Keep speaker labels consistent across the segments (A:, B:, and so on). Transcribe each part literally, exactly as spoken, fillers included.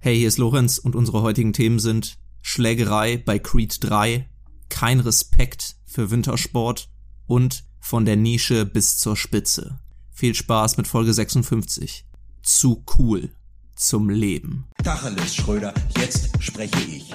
A: Hey, hier ist Lorenz und unsere heutigen Themen sind Schlägerei bei Creed drei, kein Respekt für Wintersport und von der Nische bis zur Spitze. Viel Spaß mit Folge sechsundfünfzig. Zu cool zum Leben.
B: Tacheles, Schröder, jetzt spreche ich.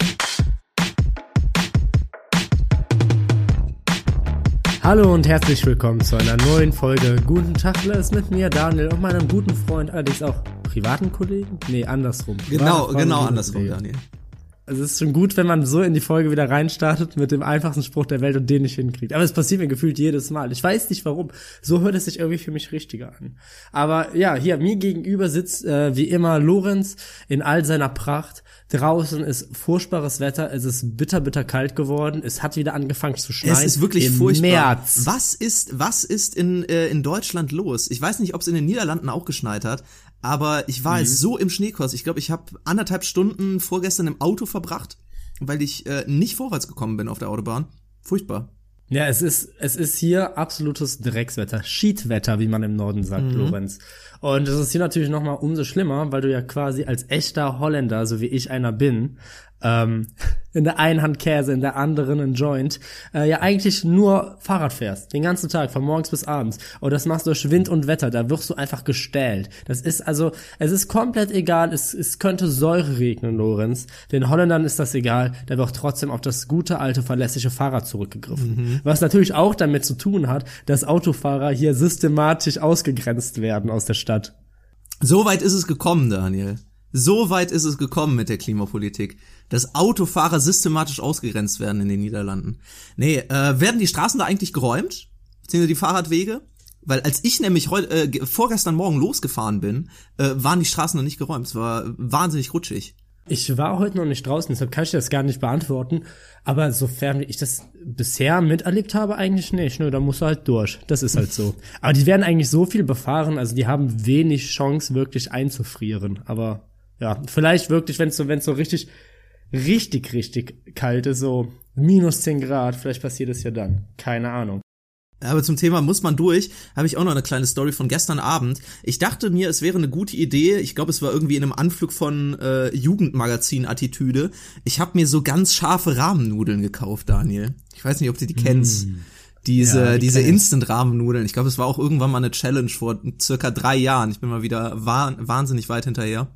C: Hallo und herzlich willkommen zu einer neuen Folge Guten Tag, ist mit mir Daniel und meinem guten Freund, allerdings auch privaten Kollegen? Nee, andersrum.
A: Genau, genau andersrum, Daniel.
C: Also es ist schon gut, wenn man so in die Folge wieder reinstartet mit dem einfachsten Spruch der Welt und den nicht hinkriegt. Aber es passiert mir gefühlt jedes Mal. Ich weiß nicht warum. So hört es sich irgendwie für mich richtiger an. Aber ja, hier mir gegenüber sitzt äh, wie immer Lorenz in all seiner Pracht. Draußen ist furchtbares Wetter. Es ist bitter, bitter kalt geworden. Es hat wieder angefangen zu schneien.
A: Es ist wirklich
C: im
A: furchtbar.
C: März.
A: Was ist, was ist in, äh, in Deutschland los? Ich weiß nicht, ob es in den Niederlanden auch geschneit hat. Aber ich war
C: mhm.
A: jetzt so im Schneekurs. Ich glaube, ich habe anderthalb Stunden vorgestern im Auto verbracht, weil ich äh, nicht vorwärts gekommen bin auf der Autobahn. Furchtbar.
C: Ja, es ist es ist hier absolutes Dreckswetter, Schiedwetter, wie man im Norden sagt, mhm. Lorenz. Und es ist hier natürlich noch mal umso schlimmer, weil du ja quasi als echter Holländer, so wie ich einer bin, ähm, in der einen Hand Käse, in der anderen ein Joint, äh, ja eigentlich nur Fahrrad fährst, den ganzen Tag, von morgens bis abends. Und das machst du durch Wind und Wetter, da wirst du einfach gestählt. Das ist also, es ist komplett egal, es, es könnte Säure regnen, Lorenz. Den Holländern ist das egal, da wird trotzdem auf das gute, alte, verlässliche Fahrrad zurückgegriffen. Mhm. Was natürlich auch damit zu tun hat, dass Autofahrer hier systematisch ausgegrenzt werden aus der Stadt.
A: So weit ist es gekommen, Daniel. So weit ist es gekommen mit der Klimapolitik, dass Autofahrer systematisch ausgegrenzt werden in den Niederlanden. Nee, äh, werden die Straßen da eigentlich geräumt? Beziehungsweise die Fahrradwege? Weil als ich nämlich heute, äh, vorgestern Morgen losgefahren bin, äh, waren die Straßen noch nicht geräumt. Es war wahnsinnig rutschig.
C: Ich war heute noch nicht draußen, deshalb kann ich das gar nicht beantworten. Aber sofern ich das bisher miterlebt habe, eigentlich nicht. Nö, da musst du halt durch. Das ist halt so. Aber die werden eigentlich so viel befahren, also die haben wenig Chance, wirklich einzufrieren. Aber ja, vielleicht wirklich, wenn es so, wenn es so richtig, richtig, richtig kalt ist, so minus zehn Grad, vielleicht passiert es ja dann. Keine Ahnung.
A: Aber zum Thema muss man durch, habe ich auch noch eine kleine Story von gestern Abend. Ich dachte mir, es wäre eine gute Idee, ich glaube, es war irgendwie in einem Anflug von äh, Jugendmagazin-Attitüde. Ich habe mir so ganz scharfe Rahmennudeln gekauft, Daniel. Ich weiß nicht, ob du die kennst. Mm. Diese ja, die diese Instant-Rahmennudeln. Ich glaube, es war auch irgendwann mal eine Challenge vor circa drei Jahren. Ich bin mal wieder wah- wahnsinnig weit hinterher.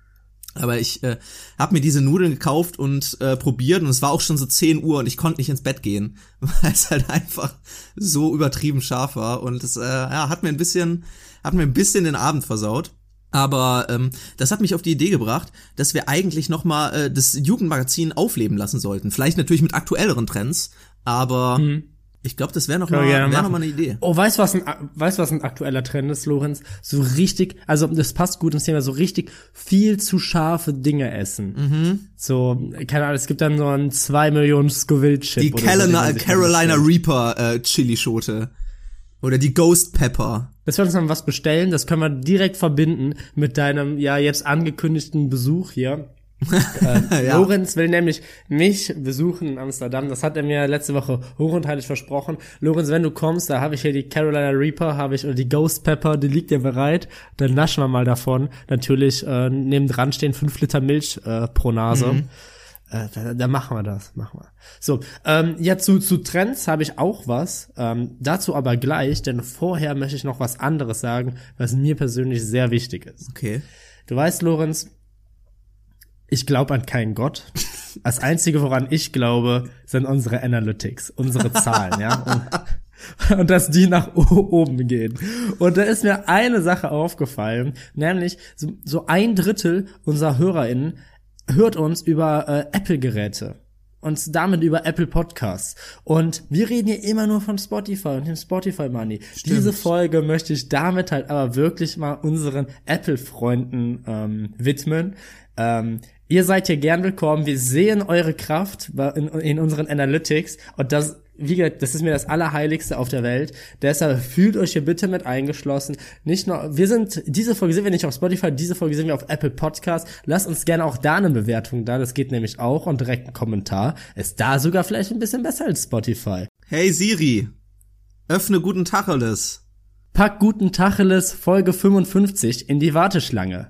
A: Aber ich äh, habe mir diese Nudeln gekauft und äh, probiert und es war auch schon so zehn Uhr und ich konnte nicht ins Bett gehen, weil es halt einfach so übertrieben scharf war und es äh, ja, hat mir ein bisschen hat mir ein bisschen den Abend versaut. Aber ähm, das hat mich auf die Idee gebracht, dass wir eigentlich noch mal äh, das Jugendmagazin aufleben lassen sollten. Vielleicht natürlich mit aktuelleren Trends, aber mhm. Ich glaube, das wäre noch, mal, wär noch mal eine Idee.
C: Oh, weißt du, was ein, weißt, was ein aktueller Trend ist, Lorenz? So richtig, also das passt gut ins Thema, so richtig viel zu scharfe Dinge essen. Mhm. So, keine Ahnung, es gibt dann so einen zwei Millionen Scoville-Chip.
A: Die Carolina, so, Carolina Reaper äh, Chili-Schote. Oder die Ghost Pepper.
C: Dass wir uns noch was bestellen, das können wir direkt verbinden mit deinem ja jetzt angekündigten Besuch hier. äh, ja. Lorenz will nämlich mich besuchen in Amsterdam. Das hat er mir letzte Woche hoch und heilig versprochen. Lorenz, wenn du kommst, da habe ich hier die Carolina Reaper, habe ich oder die Ghost Pepper, die liegt dir bereit. Dann naschen wir mal davon. Natürlich äh, nebendran stehen fünf Liter Milch äh, pro Nase. Mhm. Äh, da, da machen wir das, machen wir. So, ähm, ja, zu, zu Trends habe ich auch was. Ähm, dazu aber gleich, denn vorher möchte ich noch was anderes sagen, was mir persönlich sehr wichtig ist.
A: Okay.
C: Du weißt, Lorenz, ich glaube an keinen Gott. Das Einzige, woran ich glaube, sind unsere Analytics, unsere Zahlen, ja. Und, und dass die nach oben gehen. Und da ist mir eine Sache aufgefallen, nämlich so, so ein Drittel unserer HörerInnen hört uns über äh, Apple-Geräte. Und damit über Apple Podcasts. Und wir reden hier immer nur von Spotify und dem Spotify Money. Stimmt. Diese Folge möchte ich damit halt aber wirklich mal unseren Apple-Freunden ähm, widmen. Ähm, ihr seid hier gern willkommen. Wir sehen eure Kraft in, in unseren Analytics. Und das, wie gesagt, das ist mir das Allerheiligste auf der Welt. Deshalb fühlt euch hier bitte mit eingeschlossen. Nicht nur, wir sind, diese Folge sind wir nicht auf Spotify, diese Folge sind wir auf Apple Podcasts. Lasst uns gerne auch da eine Bewertung da. Das geht nämlich auch und direkt einen Kommentar. Ist da sogar vielleicht ein bisschen besser als Spotify.
A: Hey Siri, öffne Guten Tacheles.
C: Pack Guten Tacheles Folge fünfundfünfzig in die Warteschlange.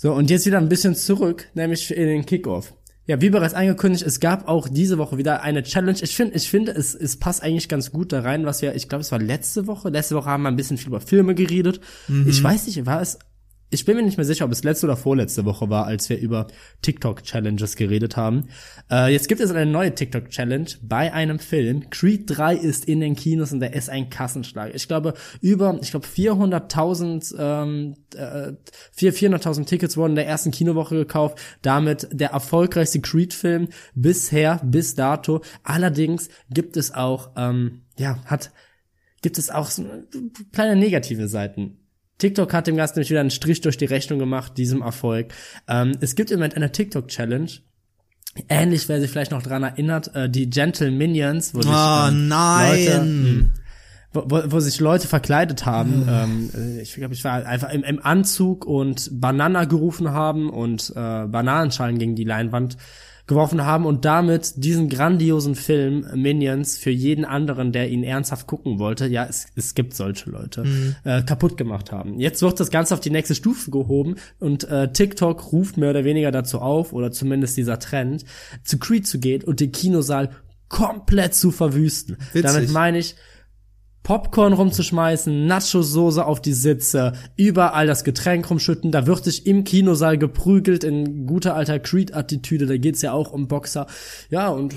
C: So, und jetzt wieder ein bisschen zurück, nämlich in den Kickoff. Ja, wie bereits angekündigt, es gab auch diese Woche wieder eine Challenge. Ich finde, ich finde, es, es passt eigentlich ganz gut da rein, was wir, ich glaube, es war letzte Woche. Letzte Woche haben wir ein bisschen viel über Filme geredet. Mhm. Ich weiß nicht, war es, ich bin mir nicht mehr sicher, ob es letzte oder vorletzte Woche war, als wir über TikTok-Challenges geredet haben. Äh, jetzt gibt es eine neue TikTok-Challenge bei einem Film. Creed drei ist in den Kinos und der ist ein Kassenschlag. Ich glaube, über, ich glaube, vierhunderttausend, ähm, äh, vierhunderttausend Tickets wurden in der ersten Kinowoche gekauft. Damit der erfolgreichste Creed-Film bisher, bis dato. Allerdings gibt es auch, ähm, ja, hat, gibt es auch so kleine negative Seiten. TikTok hat dem Ganzen nämlich wieder einen Strich durch die Rechnung gemacht, diesem Erfolg. Ähm, es gibt im Moment eine TikTok-Challenge. Ähnlich, wer sich vielleicht noch dran erinnert, äh, die Gentle Minions, wo sich
A: oh,
C: ähm,
A: nein.
C: Leute, mh, wo, wo, wo sich Leute verkleidet haben. ähm, ich glaube, ich war einfach im, im Anzug und Banana gerufen haben und äh, Bananenschalen gegen die Leinwand geworfen haben und damit diesen grandiosen Film Minions für jeden anderen, der ihn ernsthaft gucken wollte, ja, es, es gibt solche Leute, mhm. äh, kaputt gemacht haben. Jetzt wird das Ganze auf die nächste Stufe gehoben und äh, TikTok ruft mehr oder weniger dazu auf, oder zumindest dieser Trend, zu Creed zu gehen und den Kinosaal komplett zu verwüsten. Witzig. Damit meine ich, Popcorn rumzuschmeißen, Nacho-Soße auf die Sitze, überall das Getränk rumschütten, da wird sich im Kinosaal geprügelt in guter alter Creed-Attitüde, da geht's ja auch um Boxer. Ja, und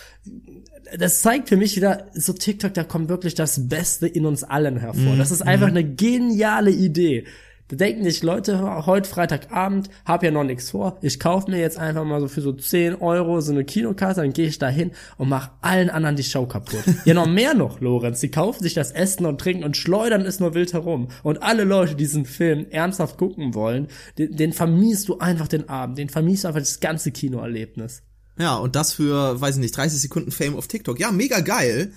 C: das zeigt für mich wieder, so TikTok, da kommt wirklich das Beste in uns allen hervor. Das ist einfach eine geniale Idee. Da denken sich Leute, heute Freitagabend, hab ja noch nichts vor, ich kaufe mir jetzt einfach mal so für so zehn Euro so eine Kinokarte, dann gehe ich da hin und mach allen anderen die Show kaputt. Ja, noch mehr noch, Lorenz, die kaufen sich das Essen und Trinken und schleudern es nur wild herum. Und alle Leute, die diesen Film ernsthaft gucken wollen, den, den vermiest du einfach den Abend, den vermiest du einfach das ganze Kinoerlebnis.
A: Ja, und das für, weiß ich nicht, dreißig Sekunden Fame auf TikTok. Ja, mega geil.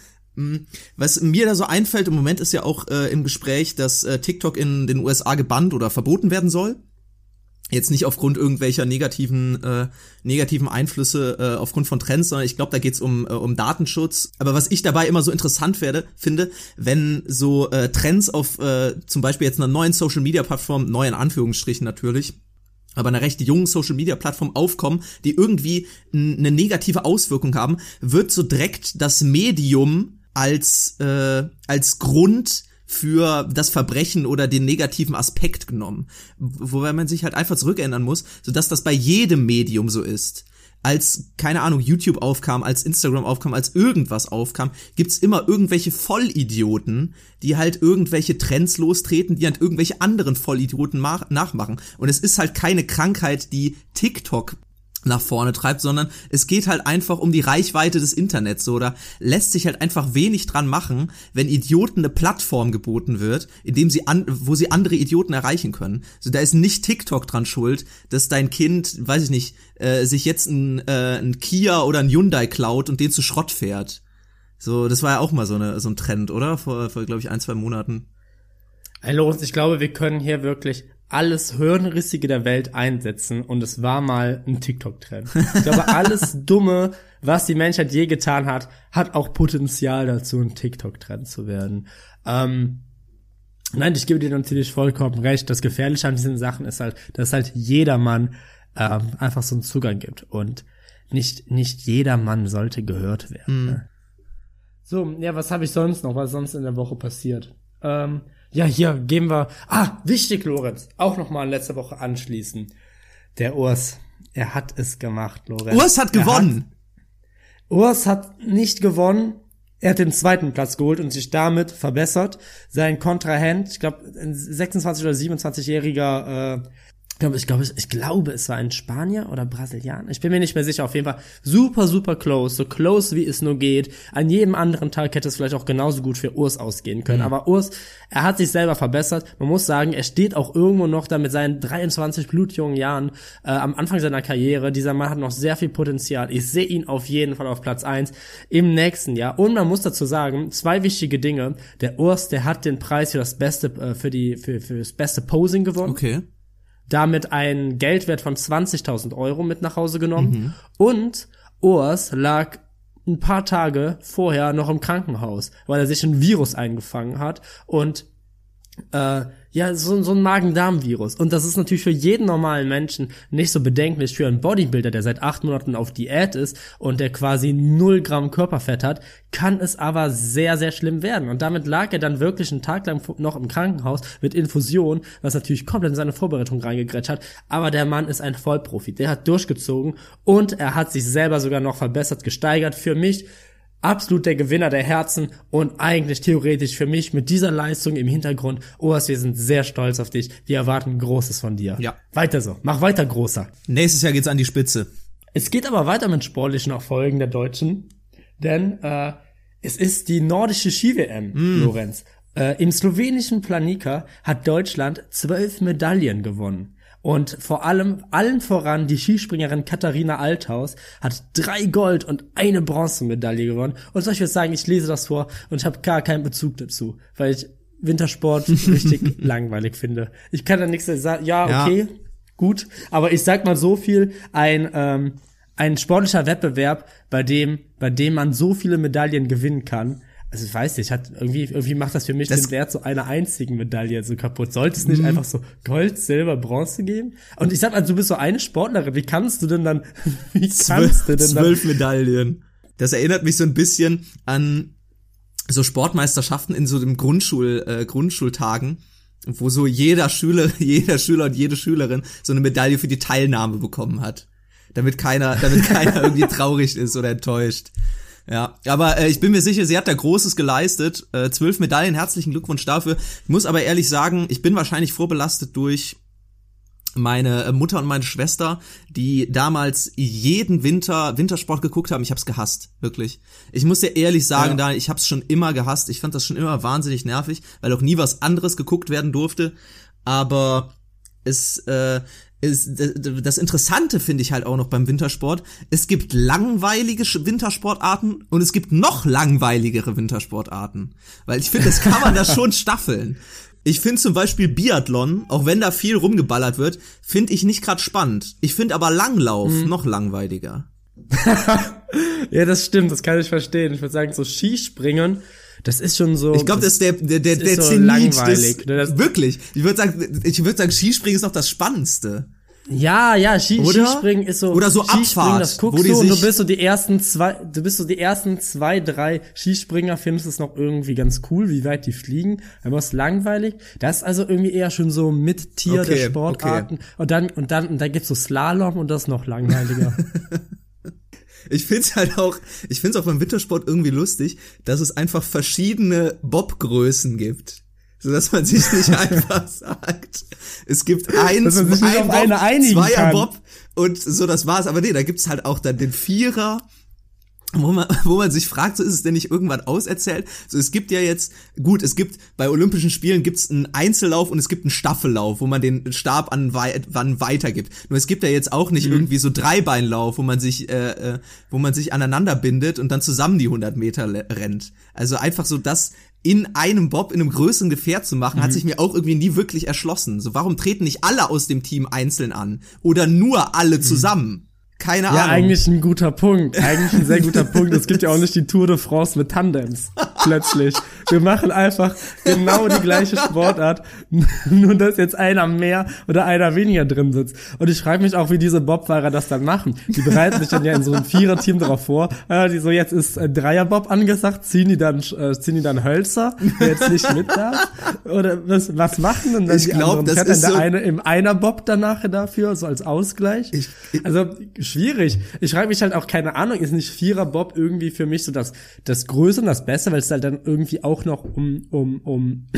A: Was mir da so einfällt, im Moment ist ja auch äh, im Gespräch, dass äh, TikTok in den U S A gebannt oder verboten werden soll. Jetzt nicht aufgrund irgendwelcher negativen äh, negativen Einflüsse äh, aufgrund von Trends, sondern ich glaube, da geht's um äh, um Datenschutz. Aber was ich dabei immer so interessant werde, finde, wenn so äh, Trends auf äh, zum Beispiel jetzt einer neuen Social-Media-Plattform, neu in Anführungsstrichen natürlich, aber einer recht jungen Social-Media-Plattform aufkommen, die irgendwie n- eine negative Auswirkung haben, wird so direkt das Medium als äh, als Grund für das Verbrechen oder den negativen Aspekt genommen. Wobei man sich halt einfach zurückerinnern muss, sodass das bei jedem Medium so ist. Als, keine Ahnung, YouTube aufkam, als Instagram aufkam, als irgendwas aufkam, gibt's immer irgendwelche Vollidioten, die halt irgendwelche Trends lostreten, die halt irgendwelche anderen Vollidioten mach- nachmachen. Und es ist halt keine Krankheit, die TikTok nach vorne treibt, sondern es geht halt einfach um die Reichweite des Internets, so, da lässt sich halt einfach wenig dran machen, wenn Idioten eine Plattform geboten wird, indem sie an, wo sie andere Idioten erreichen können. So, da ist nicht TikTok dran schuld, dass dein Kind, weiß ich nicht, äh, sich jetzt ein, äh, ein Kia oder ein Hyundai klaut und den zu Schrott fährt. So, das war ja auch mal so eine so ein Trend, oder? Vor, vor glaube ich, ein, zwei Monaten.
C: Hey, Lorenz, ich glaube, wir können hier wirklich alles Hirnrissige der Welt einsetzen und es war mal ein TikTok-Trend. Ich glaube, alles Dumme, was die Menschheit je getan hat, hat auch Potenzial dazu, ein TikTok-Trend zu werden. Ähm, nein, ich gebe dir natürlich vollkommen recht. Das Gefährliche an diesen Sachen ist halt, dass halt jedermann ähm, einfach so einen Zugang gibt und nicht nicht jedermann sollte gehört werden. Mhm. Ne? So, ja, was habe ich sonst noch? Was ist sonst in der Woche passiert? Ähm, Ja, hier gehen wir. Ah, wichtig, Lorenz. Auch noch mal in letzter Woche anschließen. Der Urs, er hat es gemacht, Lorenz.
A: Urs hat gewonnen.
C: Hat, Urs hat nicht gewonnen. Er hat den zweiten Platz geholt und sich damit verbessert. Sein Kontrahent, ich glaube, ein sechsundzwanzig- oder siebenundzwanzigjähriger äh, Ich glaube, ich glaube, ich glaube, es war ein Spanier oder Brasilianer. Ich bin mir nicht mehr sicher. Auf jeden Fall super, super close. So close, wie es nur geht. An jedem anderen Tag hätte es vielleicht auch genauso gut für Urs ausgehen können. Mhm. Aber Urs, er hat sich selber verbessert. Man muss sagen, er steht auch irgendwo noch da mit seinen dreiundzwanzig blutjungen Jahren äh, am Anfang seiner Karriere. Dieser Mann hat noch sehr viel Potenzial. Ich sehe ihn auf jeden Fall auf Platz eins im nächsten Jahr. Und man muss dazu sagen, zwei wichtige Dinge. Der Urs, der hat den Preis für das beste, äh, für die, für, für das beste Posing gewonnen.
A: Okay.
C: Damit einen Geldwert von zwanzigtausend Euro mit nach Hause genommen. Mhm. Und Urs lag ein paar Tage vorher noch im Krankenhaus, weil er sich ein Virus eingefangen hat. Und äh, Ja, so, so ein Magen-Darm-Virus. Und das ist natürlich für jeden normalen Menschen nicht so bedenklich. Für einen Bodybuilder, der seit acht Monaten auf Diät ist und der quasi null Gramm Körperfett hat, kann es aber sehr, sehr schlimm werden. Und damit lag er dann wirklich einen Tag lang noch im Krankenhaus mit Infusion, was natürlich komplett in seine Vorbereitung reingegrätscht hat. Aber der Mann ist ein Vollprofi. Der hat durchgezogen und er hat sich selber sogar noch verbessert, gesteigert. Für mich absolut der Gewinner der Herzen und eigentlich theoretisch für mich mit dieser Leistung im Hintergrund. Oas, wir sind sehr stolz auf dich. Wir erwarten Großes von dir.
A: Ja.
C: Weiter so. Mach weiter, Großer.
A: Nächstes Jahr geht's an die Spitze.
C: Es geht aber weiter mit sportlichen Erfolgen der Deutschen, denn äh, es ist die nordische Ski-W M, mm. Lorenz. Äh, Im slowenischen Planica hat Deutschland zwölf Medaillen gewonnen. Und vor allem, allen voran, die Skispringerin Katharina Althaus hat drei Gold- und eine Bronzemedaille gewonnen. Und soll ich jetzt sagen, ich lese das vor und ich habe gar keinen Bezug dazu, weil ich Wintersport richtig langweilig finde. Ich kann da nichts sagen. Ja, okay, ja. Gut. Aber ich sag mal so viel, ein ähm, ein sportlicher Wettbewerb, bei dem bei dem man so viele Medaillen gewinnen kann. Also ich weiß nicht, hat irgendwie irgendwie macht das für mich das den Wert so einer einzigen Medaille so kaputt. Sollte es nicht mm. einfach so Gold, Silber, Bronze geben? Und ich sag mal, du bist so eine Sportlerin, wie kannst du denn dann wie kannst
A: zwölf,
C: du denn
A: zwölf
C: dann
A: Medaillen. Das erinnert mich so ein bisschen an so Sportmeisterschaften in so dem Grundschul äh, Grundschultagen, wo so jeder Schüler, jeder Schüler und jede Schülerin so eine Medaille für die Teilnahme bekommen hat, damit keiner damit keiner irgendwie traurig ist oder enttäuscht. Ja, aber äh, ich bin mir sicher, sie hat da Großes geleistet. Äh, zwölf Medaillen, herzlichen Glückwunsch dafür. Ich muss aber ehrlich sagen, ich bin wahrscheinlich vorbelastet durch meine Mutter und meine Schwester, die damals jeden Winter Wintersport geguckt haben. Ich hab's gehasst, wirklich. Ich muss dir ehrlich sagen, ja. da ich hab's schon immer gehasst. Ich fand das schon immer wahnsinnig nervig, weil auch nie was anderes geguckt werden durfte. Aber es äh, ist, das Interessante finde ich halt auch noch beim Wintersport, es gibt langweilige Wintersportarten und es gibt noch langweiligere Wintersportarten. Weil ich finde, das kann man da schon staffeln. Ich finde zum Beispiel Biathlon, auch wenn da viel rumgeballert wird, finde ich nicht gerade spannend. Ich finde aber Langlauf mhm. noch langweiliger.
C: Ja, das stimmt, das kann ich verstehen. Ich würde sagen, so Skispringen, das ist schon so.
A: Ich glaube, das ist der der der, der
C: so
A: Zenit,
C: langweilig.
A: Das, das wirklich. Ich würde sagen, ich würde sagen, Skispringen ist noch das Spannendste.
C: Ja, ja, Ski, Skispringen ist so.
A: Oder so Abfahrt,
C: das guckst
A: wo die
C: du und
A: sich
C: du bist so die ersten zwei, du bist so die ersten zwei, drei Skispringer, findest es noch irgendwie ganz cool, wie weit die fliegen, aber es ist langweilig. Das ist also irgendwie eher schon so mit Tier
A: okay,
C: der Sportarten. Okay. Und dann, und dann, und dann gibt's so Slalom und das ist noch langweiliger.
A: Ich find's halt auch, ich find's auch beim Wintersport irgendwie lustig, dass es einfach verschiedene Bobgrößen gibt. So dass man sich nicht einfach sagt, es gibt eins, ein Bob, Zweier Bob und so, das war's. Aber nee, da gibt's halt auch dann den Vierer, wo man, wo man sich fragt, so ist es denn nicht irgendwann auserzählt? So, es gibt ja jetzt, gut, es gibt, bei Olympischen Spielen gibt's einen Einzellauf und es gibt einen Staffellauf, wo man den Stab an wann weitergibt. Nur es gibt ja jetzt auch nicht mhm. irgendwie so Dreibeinlauf, wo man sich, äh, äh, wo man sich aneinander bindet und dann zusammen die hundert Meter rennt. Also einfach so das in einem Bob, in einem größeren Gefährt zu machen, mhm. hat sich mir auch irgendwie nie wirklich erschlossen. So, warum treten nicht alle aus dem Team einzeln an? Oder nur alle zusammen? Mhm. Keine Ahnung.
C: Ja, eigentlich ein guter Punkt. Eigentlich ein sehr guter Punkt. Es gibt ja auch nicht die Tour de France mit Tandems. Plötzlich. Wir machen einfach genau die gleiche Sportart, nur dass jetzt einer mehr oder einer weniger drin sitzt. Und ich frage mich auch, wie diese Bobfahrer das dann machen. Die bereiten sich dann ja in so einem Viererteam darauf vor. Äh, die so, jetzt ist äh, Dreierbob angesagt, ziehen die dann äh, ziehen die dann Hölzer, der jetzt nicht mit darf? Oder was, was machen? Und dann
A: ich glaube, das ist
C: der
A: so
C: eine im Einer-Bob danach dafür, so als Ausgleich. Ich, ich, also schwierig. Ich frage mich halt auch, keine Ahnung, ist nicht Vierer-Bob irgendwie für mich so das das Größte und das Beste, weil es halt dann irgendwie auch noch um um um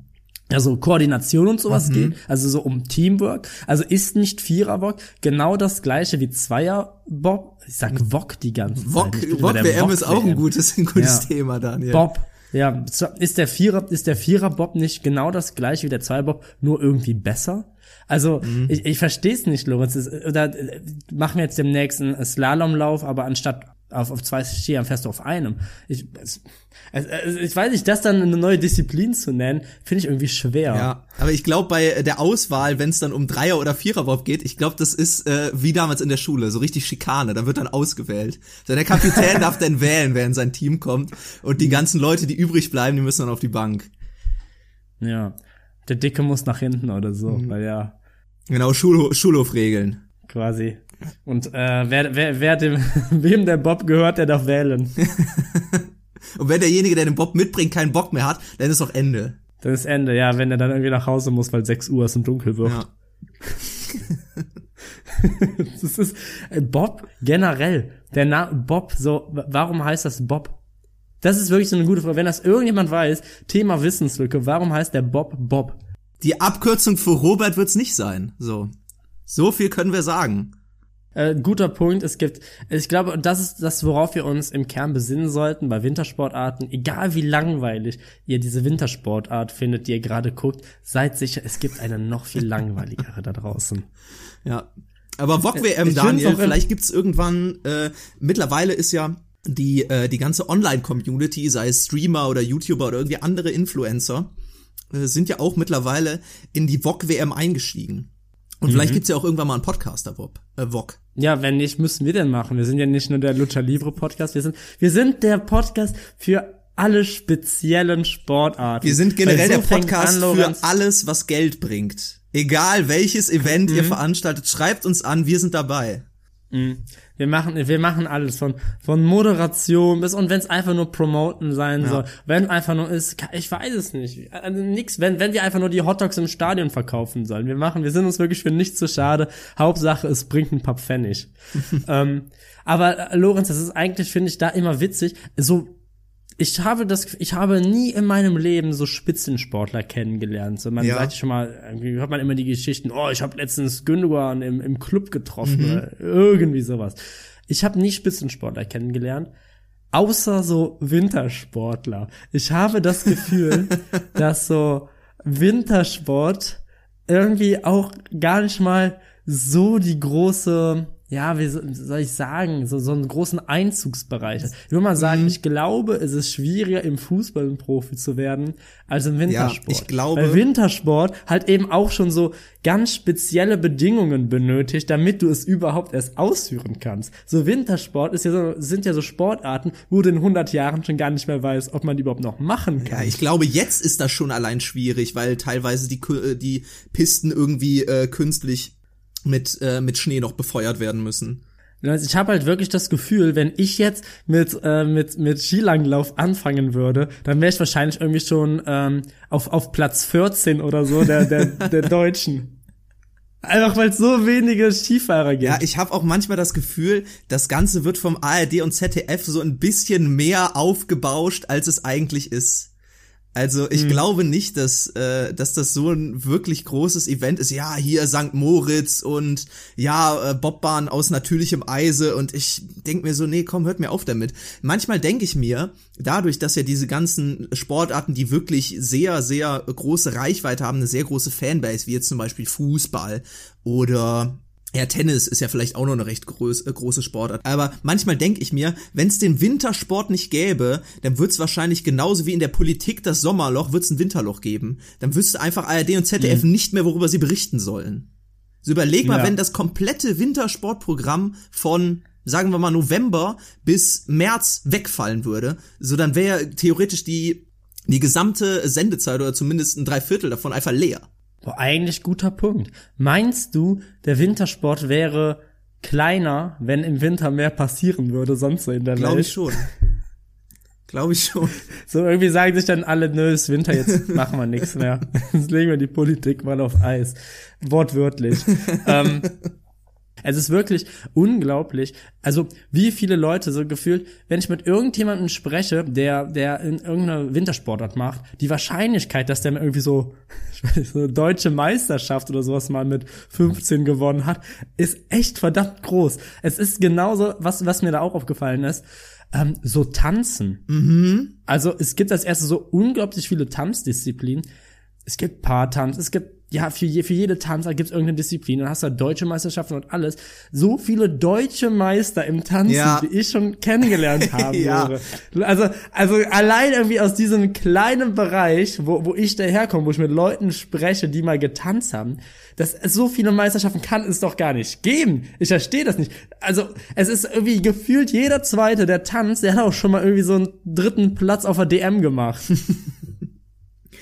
C: also Koordination und sowas mhm. geht, also so um Teamwork. Also ist nicht Vierer-Bob genau das gleiche wie Zweier-Bob? Ich sag Wok die ganze Zeit.
A: Wok, Wok-W M ist auch ein gutes, ein gutes ja. Thema, Daniel.
C: Bob. Ja, ist der Vierer, ist der Vierer-Bob nicht genau das gleiche wie der Zweier-Bob, nur irgendwie besser? Also, mhm. ich, ich verstehe es nicht, Lorenz. Oder machen wir jetzt demnächst einen Slalomlauf, aber anstatt auf, auf zwei Skiern fährst du auf einem. Ich, es, es, ich weiß nicht, das dann eine neue Disziplin zu nennen, finde ich irgendwie schwer.
A: Ja, aber ich glaube, bei der Auswahl, wenn es dann um Dreier- oder Viererbob geht, ich glaube, das ist äh, wie damals in der Schule, so richtig Schikane. Dann wird dann ausgewählt. So, der Kapitän darf dann wählen, wer in sein Team kommt. Und die ganzen Leute, die übrig bleiben, die müssen dann auf die Bank.
C: Ja. Der Dicke muss nach hinten oder so, mhm. weil ja.
A: Genau, Schul- Schulhofregeln.
C: Quasi. Und äh, wer, wer, wer dem, wem der Bob gehört, der darf wählen.
A: Und wenn derjenige, der den Bob mitbringt, keinen Bock mehr hat, dann ist auch Ende.
C: Dann ist Ende, ja, wenn er dann irgendwie nach Hause muss, weil sechs Uhr ist und dunkel wird. Ja. Das ist äh, Bob generell. Der Name Bob, so, warum heißt das Bob? Das ist wirklich so eine gute Frage. Wenn das irgendjemand weiß, Thema Wissenslücke, warum heißt der Bob Bob?
A: Die Abkürzung für Robert wird's nicht sein. So. So viel können wir sagen.
C: Äh, guter Punkt. Es gibt, ich glaube, und das ist das, worauf wir uns im Kern besinnen sollten bei Wintersportarten. Egal wie langweilig ihr diese Wintersportart findet, die ihr gerade guckt, seid sicher, es gibt eine noch viel langweiligere da draußen.
A: Ja. Aber V O G-W M, Daniel, vielleicht gibt's irgendwann, äh, mittlerweile ist ja die, äh, die ganze Online-Community, sei es Streamer oder YouTuber oder irgendwie andere Influencer, äh, sind ja auch mittlerweile in die V O G-W M eingestiegen. Und mhm. vielleicht gibt's ja auch irgendwann mal einen Podcaster, Bob, äh, V O G.
C: Ja, wenn nicht, müssen wir denn machen. Wir sind ja nicht nur der Lucha Libre Podcast, wir sind, wir sind der Podcast für alle speziellen Sportarten.
A: Wir sind generell so der Podcast an, für alles, was Geld bringt. Egal welches Event mhm. ihr veranstaltet, schreibt uns an, wir sind dabei.
C: Mhm. Wir machen, wir machen alles von, von Moderation bis, und wenn es einfach nur Promoten sein ja. soll, wenn einfach nur ist, ich weiß es nicht, also nix, wenn, wenn wir einfach nur die Hotdogs im Stadion verkaufen sollen. Wir machen, wir sind uns wirklich für nichts zu schade. Hauptsache, es bringt ein paar Pfennig. ähm, aber, äh, Lorenz, das ist eigentlich, finde ich, da immer witzig, so, Ich habe das, ich habe nie in meinem Leben so Spitzensportler kennengelernt. So, man ja. sagt schon mal, irgendwie hört man immer die Geschichten, oh, ich habe letztens Gündogan im, im Club getroffen mhm. oder irgendwie sowas. Ich habe nie Spitzensportler kennengelernt, außer so Wintersportler. Ich habe das Gefühl, dass so Wintersport irgendwie auch gar nicht mal so die große, ja, wie soll ich sagen, so, so einen großen Einzugsbereich. Ich würde mal sagen, mhm. ich glaube, es ist schwieriger, im Fußball ein Profi zu werden, als im Wintersport.
A: Ja, ich glaube.
C: Weil Wintersport halt eben auch schon so ganz spezielle Bedingungen benötigt, damit du es überhaupt erst ausführen kannst. So Wintersport ist ja so, sind ja so Sportarten, wo du in hundert Jahren schon gar nicht mehr weißt, ob man die überhaupt noch machen kann.
A: Ja, ich glaube, jetzt ist das schon allein schwierig, weil teilweise die, die Pisten irgendwie äh, künstlich mit äh, mit Schnee noch befeuert werden müssen.
C: Ich habe halt wirklich das Gefühl, wenn ich jetzt mit äh, mit mit Skilanglauf anfangen würde, dann wäre ich wahrscheinlich irgendwie schon ähm, auf auf Platz vierzehn oder so der der der Deutschen. Einfach weil es so wenige Skifahrer gibt.
A: Ja, ich habe auch manchmal das Gefühl, das Ganze wird vom A R D und Z D F so ein bisschen mehr aufgebauscht, als es eigentlich ist. Also ich hm. glaube nicht, dass äh, dass das so ein wirklich großes Event ist. Ja, hier Sankt Moritz und ja, äh, Bobbahn aus natürlichem Eise. Und ich denk mir so, nee, komm, hört mir auf damit. Manchmal denke ich mir, dadurch, dass ja diese ganzen Sportarten, die wirklich sehr, sehr große Reichweite haben, eine sehr große Fanbase, wie jetzt zum Beispiel Fußball oder ja, Tennis ist ja vielleicht auch noch eine recht groß, äh, große Sportart. Aber manchmal denke ich mir, wenn es den Wintersport nicht gäbe, dann wird es wahrscheinlich genauso wie in der Politik das Sommerloch, wird es ein Winterloch geben. Dann wüsste einfach A R D und Z D F mhm. nicht mehr, worüber sie berichten sollen. So überleg mal, ja. wenn das komplette Wintersportprogramm von, sagen wir mal, November bis März wegfallen würde, so dann wäre theoretisch die, die gesamte Sendezeit oder zumindest ein Dreiviertel davon einfach leer.
C: Boah, eigentlich guter Punkt. Meinst du, der Wintersport wäre kleiner, wenn im Winter mehr passieren würde, sonst so in der
A: Glaub
C: Welt?
A: Glaube ich schon. Glaube ich schon.
C: So irgendwie sagen sich dann alle, nö, ist Winter, jetzt machen wir nichts mehr. Jetzt legen wir die Politik mal auf Eis. Wortwörtlich. ähm, Es ist wirklich unglaublich, also wie viele Leute so gefühlt, wenn ich mit irgendjemandem spreche, der der in irgendeiner Wintersportart macht, die Wahrscheinlichkeit, dass der mal irgendwie so, ich weiß nicht, so eine deutsche Meisterschaft oder sowas mal mit fünfzehn gewonnen hat, ist echt verdammt groß. Es ist genauso, was was mir da auch aufgefallen ist, ähm, so Tanzen.
A: Mhm.
C: Also es gibt als erstes so unglaublich viele Tanzdisziplinen. Es gibt Paartanz, es gibt ja, für, je, für jede Tanzart gibt's irgendeine Disziplin. Dann hast du deutsche Meisterschaften und alles. So viele deutsche Meister im Tanzen,
A: ja.
C: die ich schon kennengelernt habe.
A: ja.
C: Also, also allein irgendwie aus diesem kleinen Bereich, wo, wo ich daherkomme, wo ich mit Leuten spreche, die mal getanzt haben, dass es so viele Meisterschaften kann es doch gar nicht geben. Ich verstehe das nicht. Also, es ist irgendwie gefühlt jeder Zweite, der tanzt, der hat auch schon mal irgendwie so einen dritten Platz auf der D M gemacht.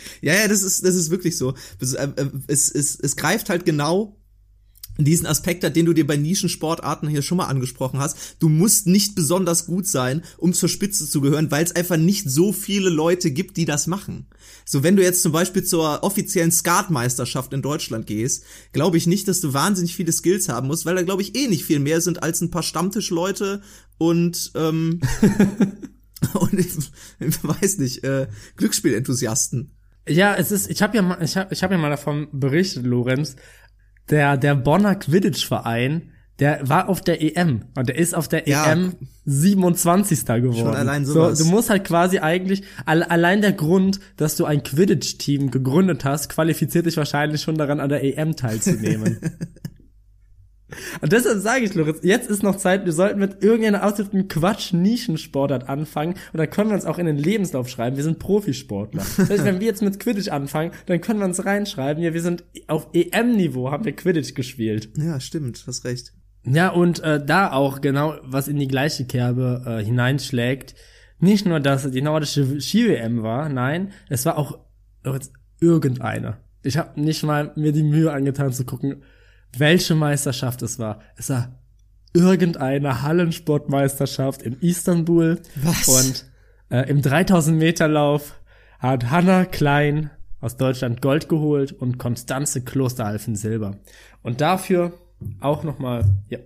A: Ja, ja, das ist, das ist wirklich so. Es, äh, es, es, es greift halt genau diesen Aspekt hat, den du dir bei Nischensportarten hier schon mal angesprochen hast. Du musst nicht besonders gut sein, um zur Spitze zu gehören, weil es einfach nicht so viele Leute gibt, die das machen. So, wenn du jetzt zum Beispiel zur offiziellen Skatmeisterschaft in Deutschland gehst, glaube ich nicht, dass du wahnsinnig viele Skills haben musst, weil da, glaube ich, eh nicht viel mehr sind als ein paar Stammtischleute und, ähm, und ich, ich weiß nicht, äh, Glücksspielenthusiasten.
C: Ja, es ist, ich habe ja mal, ich habe ich hab ja mal davon berichtet, Lorenz, Der, der Bonner Quidditch-Verein, der war auf der E M und der ist auf der
A: Ja.
C: E M siebenundzwanzigster geworden.
A: Schon allein sowas.
C: So, du musst halt quasi eigentlich, alle, allein der Grund, dass du ein Quidditch-Team gegründet hast, qualifiziert dich wahrscheinlich schon daran, an der E M teilzunehmen. Und deshalb sage ich, Lorenz, jetzt ist noch Zeit, wir sollten mit irgendeiner ausgesuchten Quatsch-Nischensportart anfangen und dann können wir uns auch in den Lebenslauf schreiben, wir sind Profisportler. Das heißt, wenn wir jetzt mit Quidditch anfangen, dann können wir uns reinschreiben, ja, wir sind auf E M-Niveau, haben wir Quidditch gespielt.
A: Ja, stimmt, hast recht.
C: Ja, und äh, da auch genau, was in die gleiche Kerbe äh, hineinschlägt, nicht nur, dass es die nordische Ski-W M war, nein, es war auch irgendeine. Ich habe nicht mal mir die Mühe angetan zu gucken, welche Meisterschaft es war. Es war irgendeine Hallensportmeisterschaft in Istanbul.
A: Was?
C: Und äh, im dreitausend Meter Lauf hat Hanna Klein aus Deutschland Gold geholt und Konstanze Klosterhalfen Silber. Und dafür auch nochmal, ja.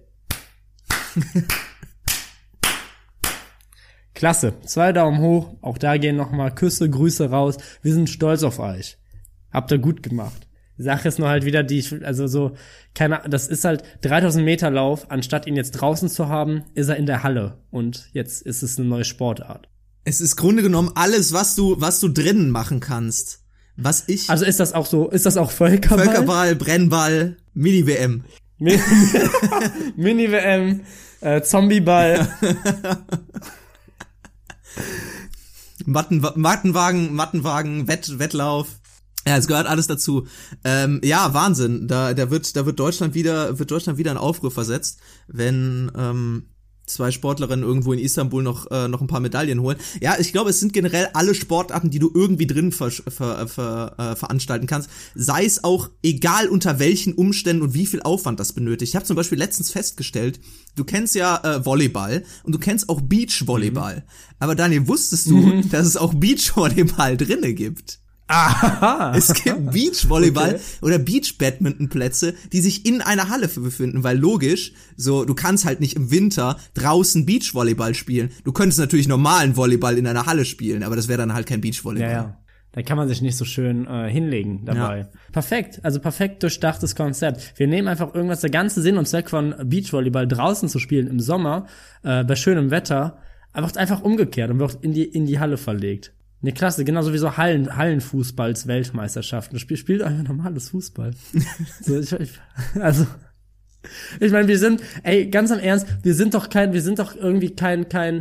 C: Klasse. Zwei Daumen hoch. Auch da gehen nochmal Küsse, Grüße raus. Wir sind stolz auf euch. Habt ihr gut gemacht. Die Sache ist nur halt wieder die, also so, keine, das ist halt dreitausend Meter Lauf, anstatt ihn jetzt draußen zu haben, ist er in der Halle und jetzt ist es eine neue Sportart.
A: Es ist Grunde genommen alles, was du, was du drinnen machen kannst. Was ich.
C: Also ist das auch so, ist das auch Völkerball?
A: Völkerball, Brennball, Mini-W M.
C: Mini-W M, äh, Zombieball.
A: Matten, Mattenwagen, Mattenwagen, Wett, Wettlauf. Ja, es gehört alles dazu. Ähm, ja, Wahnsinn. Da, da wird, da wird Deutschland wieder, wird Deutschland wieder in Aufruhr versetzt, wenn ähm, zwei Sportlerinnen irgendwo in Istanbul noch äh, noch ein paar Medaillen holen. Ja, ich glaube, es sind generell alle Sportarten, die du irgendwie drin ver, ver, ver, äh, veranstalten kannst. Sei es auch egal unter welchen Umständen und wie viel Aufwand das benötigt. Ich habe zum Beispiel letztens festgestellt, du kennst ja äh, Volleyball und du kennst auch Beachvolleyball. Mhm. Aber Daniel, wusstest du, mhm. dass es auch Beachvolleyball drinne gibt?
C: Aha.
A: Es gibt Beachvolleyball
C: Okay.
A: oder Beach-Badminton-Plätze, die sich in einer Halle befinden, weil logisch, so, du kannst halt nicht im Winter draußen Beachvolleyball spielen. Du könntest natürlich normalen Volleyball in einer Halle spielen, aber das wäre dann halt kein Beachvolleyball.
C: Ja, ja. Da kann man sich nicht so schön äh, hinlegen dabei. Ja. Perfekt, also perfekt durchdachtes Konzept. Wir nehmen einfach irgendwas, der ganze Sinn und Zweck von Beachvolleyball draußen zu spielen im Sommer, äh, bei schönem Wetter, einfach, einfach umgekehrt und wird in die, in die Halle verlegt. Ne, klasse, genauso wie so Hallen, Hallenfußballs-Weltmeisterschaften. Spiel, spielt einfach normales Fußball. so, ich, ich, also, ich meine, wir sind, ey, ganz im Ernst, wir sind doch kein, wir sind doch irgendwie kein, kein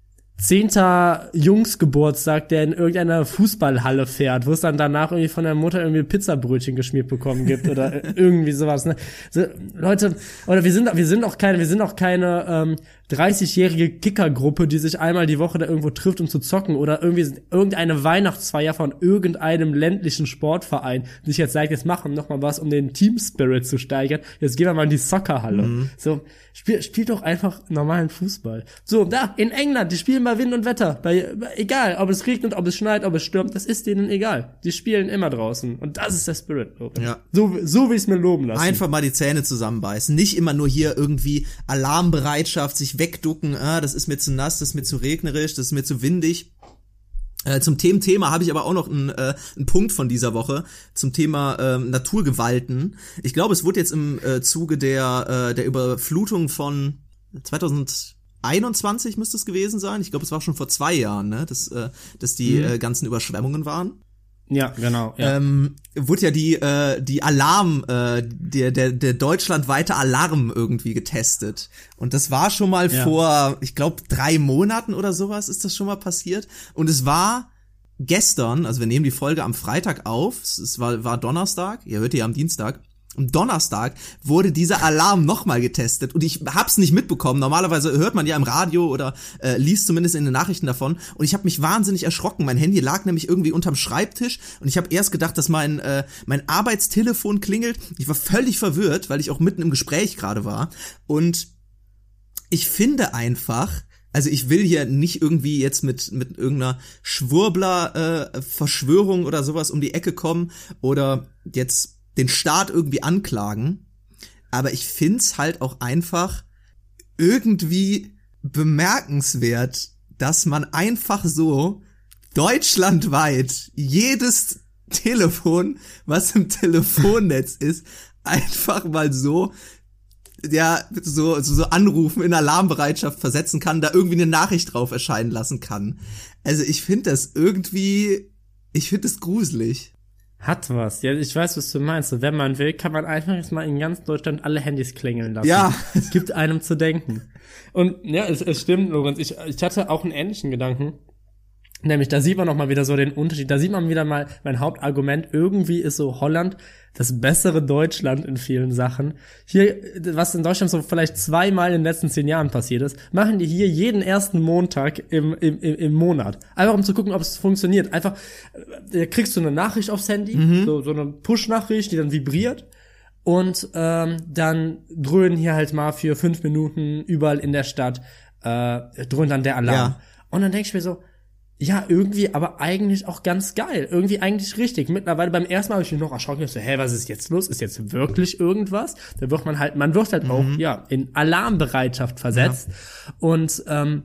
C: zehnter Jungsgeburtstag, der in irgendeiner Fußballhalle fährt, wo es dann danach irgendwie von der Mutter irgendwie Pizzabrötchen geschmiert bekommen gibt oder irgendwie sowas, ne? So, Leute, oder wir sind, wir sind auch keine, wir sind auch keine, ähm, dreißigjährige Kickergruppe, die sich einmal die Woche da irgendwo trifft, um zu zocken oder irgendwie irgendeine Weihnachtsfeier von irgendeinem ländlichen Sportverein, die sich jetzt sagt, jetzt machen wir noch mal was, um den Team Spirit zu steigern. Jetzt gehen wir mal in die Soccerhalle. Mhm. So, spiel, spiel doch einfach normalen Fußball. So, da, in England, die spielen bei Wind und Wetter. Bei, bei, egal, ob es regnet, ob es schneit, ob es stürmt, das ist denen egal. Die spielen immer draußen. Und das ist der Spirit.
A: Ja.
C: So, so will ich es mir loben lassen.
A: Einfach mal die Zähne zusammenbeißen. Nicht immer nur hier irgendwie Alarmbereitschaft, sich wegducken, ah, das ist mir zu nass, das ist mir zu regnerisch, das ist mir zu windig. Äh, zum Thementhema habe ich aber auch noch einen, äh, einen Punkt von dieser Woche zum Thema äh, Naturgewalten. Ich glaube, es wurde jetzt im äh, Zuge der äh, der Überflutung von zweitausendeinundzwanzig müsste es gewesen sein. Ich glaube, es war schon vor zwei Jahren, ne, dass äh, dass die mhm. äh, ganzen Überschwemmungen waren.
C: Ja, genau. Ja.
A: Ähm, wurde ja die äh, die Alarm, äh, der der der deutschlandweite Alarm irgendwie getestet und das war schon mal ja. vor, ich glaube drei Monaten oder sowas ist das schon mal passiert und es war gestern, also wir nehmen die Folge am Freitag auf, es war war Donnerstag, ihr hört die ja am Dienstag, Am Donnerstag wurde dieser Alarm nochmal getestet und ich hab's nicht mitbekommen. Normalerweise hört man ja im Radio oder äh, liest zumindest in den Nachrichten davon und ich habe mich wahnsinnig erschrocken. Mein Handy lag nämlich irgendwie unterm Schreibtisch und ich habe erst gedacht, dass mein äh, mein Arbeitstelefon klingelt. Ich war völlig verwirrt, weil ich auch mitten im Gespräch gerade war und ich finde einfach, also ich will hier nicht irgendwie jetzt mit mit irgendeiner Schwurbler äh, Verschwörung oder sowas um die Ecke kommen oder jetzt den Staat irgendwie anklagen, aber ich find's halt auch einfach irgendwie bemerkenswert, dass man einfach so deutschlandweit jedes Telefon, was im Telefonnetz ist, einfach mal so ja, so, so, so anrufen, in Alarmbereitschaft versetzen kann, da irgendwie eine Nachricht drauf erscheinen lassen kann. Also ich finde das irgendwie, ich finde das gruselig.
C: Hat was. Ja, ich weiß, was du meinst. So, wenn man will, kann man einfach jetzt mal in ganz Deutschland alle Handys klingeln lassen.
A: Ja.
C: Es gibt einem zu denken. Und ja, es, es stimmt, Lorenz. Ich, ich hatte auch einen ähnlichen Gedanken. Nämlich, da sieht man noch mal wieder so den Unterschied. Da sieht man wieder mal mein Hauptargument. Irgendwie ist so Holland das bessere Deutschland in vielen Sachen. Hier, was in Deutschland so vielleicht zweimal in den letzten zehn Jahren passiert ist, machen die hier jeden ersten Montag im, im, im, im Monat. Einfach um zu gucken, ob es funktioniert. Einfach, da kriegst du eine Nachricht aufs Handy, mhm. so, so eine Push-Nachricht, die dann vibriert. Und ähm, dann dröhnen hier halt mal für fünf Minuten überall in der Stadt, äh, dröhnt dann der Alarm. Ja. Und dann denk ich mir so, ja, irgendwie, aber eigentlich auch ganz geil. Irgendwie eigentlich richtig. Mittlerweile beim ersten Mal habe ich mich noch erschrocken. Ich so, hä, was ist jetzt los? Ist jetzt wirklich irgendwas? Da wird man halt, man wird halt mhm. auch, ja, in Alarmbereitschaft versetzt. Ja. Und, ähm,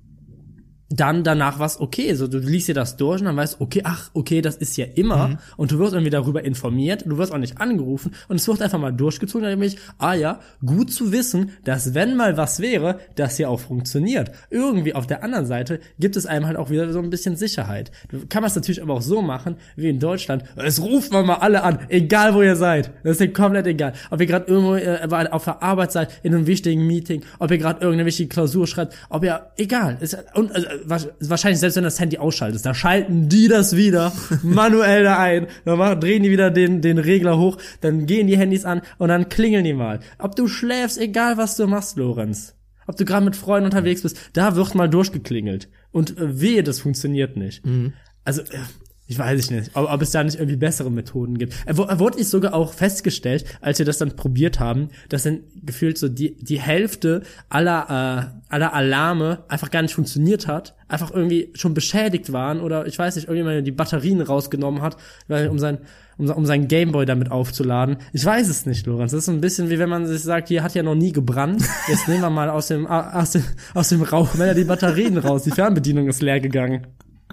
C: dann danach was okay, so du liest dir das durch und dann weißt, okay, ach, okay, das ist ja immer mhm. und du wirst irgendwie darüber informiert, du wirst auch nicht angerufen und es wird einfach mal durchgezogen, nämlich, ah ja, gut zu wissen, dass wenn mal was wäre, das ja auch funktioniert. Irgendwie auf der anderen Seite gibt es einem halt auch wieder so ein bisschen Sicherheit. Du kann man es natürlich aber auch so machen, wie in Deutschland, es ruft man mal alle an, egal wo ihr seid, das ist dir komplett egal, ob ihr gerade irgendwo äh, auf der Arbeit seid, in einem wichtigen Meeting, ob ihr gerade irgendeine wichtige Klausur schreibt, ob ihr, egal, ist, und also, wahrscheinlich selbst wenn das Handy ausschaltet, da schalten die das wieder manuell da ein, dann machen, drehen die wieder den den Regler hoch, dann gehen die Handys an und dann klingeln die mal. Ob du schläfst, egal was du machst, Lorenz. Ob du gerade mit Freunden unterwegs bist, da wird mal durchgeklingelt. Und äh, wehe, das funktioniert nicht. Mhm. Also, äh, ich weiß ich nicht, ob, ob es da nicht irgendwie bessere Methoden gibt. Er, er wurde nicht sogar auch festgestellt, als wir das dann probiert haben, dass dann gefühlt so die die Hälfte aller äh, aller Alarme einfach gar nicht funktioniert hat, einfach irgendwie schon beschädigt waren oder ich weiß nicht, irgendjemand die Batterien rausgenommen hat, weil um sein um, um sein Gameboy damit aufzuladen. Ich weiß es nicht, Lorenz. Das ist so ein bisschen wie wenn man sich sagt, hier hat ja noch nie gebrannt. Jetzt nehmen wir mal aus dem aus dem aus dem Rauch, wenn er die Batterien raus, die Fernbedienung ist leer gegangen.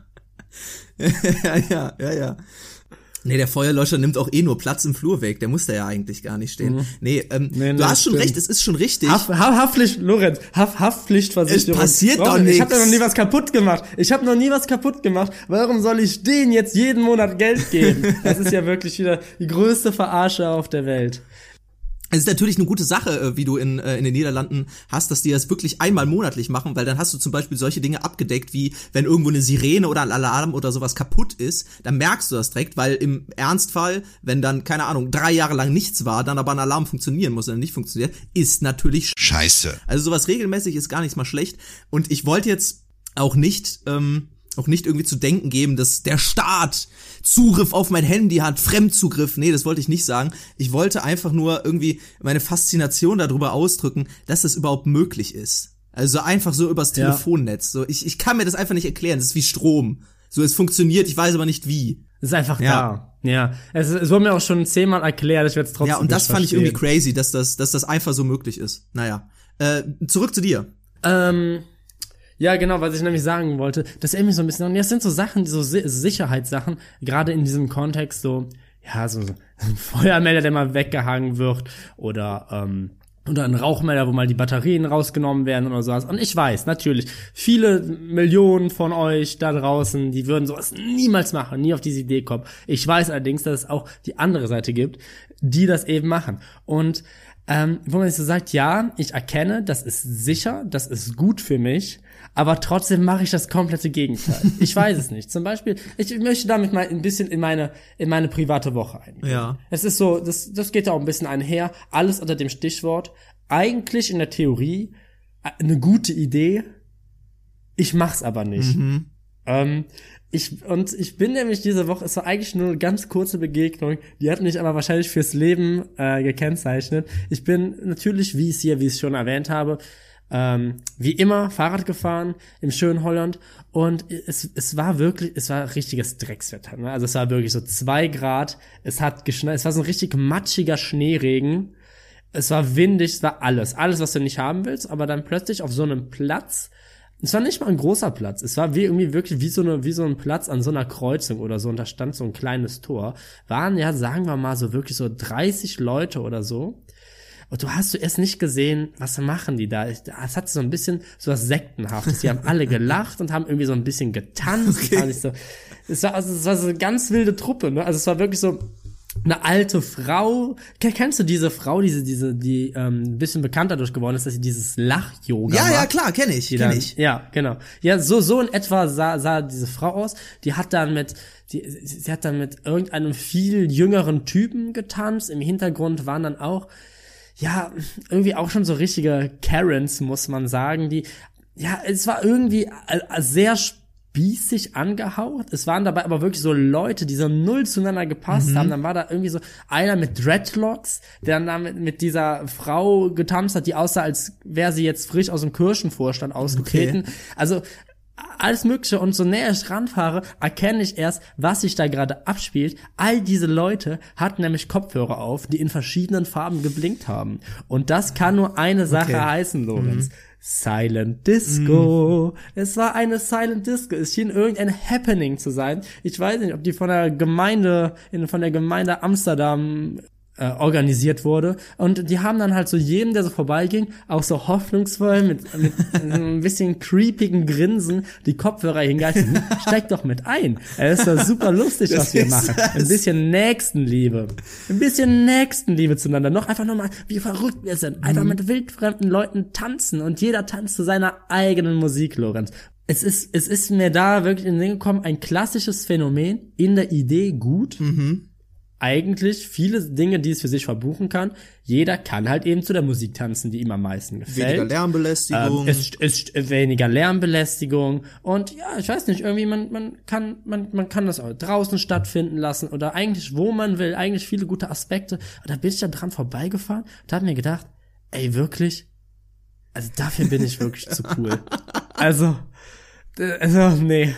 A: ja, ja, ja, ja. Nee, der Feuerlöscher nimmt auch eh nur Platz im Flur weg. Der muss da ja eigentlich gar nicht stehen. Mhm. Nee, ähm, nee, du nee, hast schon stimmt. recht, es ist schon richtig.
C: Haft, Haftpflicht, Lorenz, Haft, Haftpflichtversicherung.
A: Es passiert doch nichts.
C: Ich habe da noch nie was kaputt gemacht. Ich habe noch nie was kaputt gemacht. Warum soll ich denen jetzt jeden Monat Geld geben? Das ist ja wirklich wieder die größte Verarsche auf der Welt.
A: Es ist natürlich eine gute Sache, wie du in, äh, in den Niederlanden hast, dass die das wirklich einmal monatlich machen, weil dann hast du zum Beispiel solche Dinge abgedeckt, wie wenn irgendwo eine Sirene oder ein Alarm oder sowas kaputt ist, dann merkst du das direkt, weil im Ernstfall, wenn dann, keine Ahnung, drei Jahre lang nichts war, dann aber ein Alarm funktionieren muss und nicht funktioniert, ist natürlich
B: scheiße.
A: Also sowas regelmäßig ist gar nicht mal schlecht und ich wollte jetzt auch nicht, ähm, auch nicht irgendwie zu denken geben, dass der Staat Zugriff auf mein Handy hat, Fremdzugriff. Nee, das wollte ich nicht sagen. Ich wollte einfach nur irgendwie meine Faszination darüber ausdrücken, dass das überhaupt möglich ist. Also einfach so übers ja. Telefonnetz. So, ich, ich kann mir das einfach nicht erklären. Das ist wie Strom. So, es funktioniert, ich weiß aber nicht wie.
C: Es ist einfach ja. da. Ja. Es, es wurde mir auch schon zehnmal erklärt, ich werde es trotzdem
A: Ja, und das fand
C: verstehen.
A: ich irgendwie crazy, dass das, dass das einfach so möglich ist. Naja. Äh, zurück zu dir.
C: Ähm. Ja, genau, was ich nämlich sagen wollte, das ist irgendwie so ein bisschen, und das sind so Sachen, so Si- Sicherheitssachen, gerade in diesem Kontext so, ja, so, so ein Feuermelder, der mal weggehangen wird oder, ähm, oder ein Rauchmelder, wo mal die Batterien rausgenommen werden oder sowas. Und ich weiß, natürlich, viele Millionen von euch da draußen, die würden sowas niemals machen, nie auf diese Idee kommen. Ich weiß allerdings, dass es auch die andere Seite gibt, die das eben machen. Und ähm, wo man sich so sagt, ja, ich erkenne, das ist sicher, das ist gut für mich, aber trotzdem mache ich das komplette Gegenteil. Ich weiß es nicht. Zum Beispiel, ich möchte damit mal ein bisschen in meine in meine private Woche eingehen.
A: Ja.
C: Es ist so, das das geht ja auch ein bisschen einher, alles unter dem Stichwort, eigentlich in der Theorie eine gute Idee, ich mach's aber nicht.
A: Mhm.
C: Ähm, ich, und ich bin nämlich diese Woche, es war eigentlich nur eine ganz kurze Begegnung, die hat mich aber wahrscheinlich fürs Leben äh, gekennzeichnet. Ich bin natürlich, wie es hier, wie ich es schon erwähnt habe, ähm, wie immer Fahrrad gefahren im schönen Holland und es, es war wirklich, es war richtiges Dreckswetter, ne? Also es war wirklich so zwei Grad, es hat geschneit, es war so ein richtig matschiger Schneeregen, es war windig, es war alles, alles, was du nicht haben willst, aber dann plötzlich auf so einem Platz. Es war nicht mal ein großer Platz. Es war wie irgendwie wirklich wie so eine, wie so ein Platz an so einer Kreuzung oder so. Und da stand so ein kleines Tor. Waren ja, sagen wir mal, so wirklich so dreißig Leute oder so. Und du hast zuerst nicht gesehen, was machen die da? Es hatte so ein bisschen so was Sektenhaftes. Die haben alle gelacht und haben irgendwie so ein bisschen getanzt.
A: Okay.
C: Es war, so, es war, also, es war so eine ganz wilde Truppe, ne? Also es war wirklich so eine alte Frau. Kennst du diese Frau, diese, diese, die ähm, ein bisschen bekannter durch geworden ist, dass sie dieses Lach-Yoga
A: Ja,
C: macht?
A: ja, klar, kenne ich, kenne ich.
C: Ja, genau. Ja, so so in etwa sah, sah diese Frau aus. Die hat dann mit, die, sie hat dann mit irgendeinem viel jüngeren Typen getanzt. Im Hintergrund waren dann auch, ja, irgendwie auch schon so richtige Karens, muss man sagen. Die, ja, es war irgendwie sehr spießig angehaucht. Es waren dabei aber wirklich so Leute, die so null zueinander gepasst mhm. haben. Dann war da irgendwie so einer mit Dreadlocks, der dann damit mit dieser Frau getanzt hat, die aussah, als wäre sie jetzt frisch aus dem Kirchenvorstand ausgetreten. Okay. Also alles Mögliche. Und so näher ich ranfahre, erkenne ich erst, was sich da gerade abspielt. All diese Leute hatten nämlich Kopfhörer auf, die in verschiedenen Farben geblinkt haben. Und das kann nur eine Sache okay. heißen, Lorenz. Mhm. Silent Disco. Mm. Es war eine Silent Disco. Es schien irgendein Happening zu sein. Ich weiß nicht, ob die von der Gemeinde, von der Gemeinde Amsterdam äh, organisiert wurde. Und die haben dann halt so jedem, der so vorbeiging, auch so hoffnungsvoll mit, mit ein bisschen creepigen Grinsen die Kopfhörer hingehalten. Steig doch mit ein. Es ist doch super lustig, das was wir machen. Ein bisschen Nächstenliebe. Ein bisschen Nächstenliebe zueinander. Noch einfach nochmal, wie verrückt wir sind. Einfach mhm. mit wildfremden Leuten tanzen und jeder tanzt zu seiner eigenen Musik, Lorenz. Es ist, es ist mir da wirklich in den Sinn gekommen, ein klassisches Phänomen, in der Idee gut.
A: Mhm.
C: Eigentlich viele Dinge, die es für sich verbuchen kann. Jeder kann halt eben zu der Musik tanzen, die ihm am meisten gefällt.
A: Weniger Lärmbelästigung.
C: Ähm, es ist weniger Lärmbelästigung. Und ja, ich weiß nicht, irgendwie man man kann man man kann das auch draußen stattfinden lassen oder eigentlich wo man will, eigentlich viele gute Aspekte. Und da bin ich da dran vorbeigefahren und habe mir gedacht, ey, wirklich? Also dafür bin ich wirklich zu cool. Also, also nee.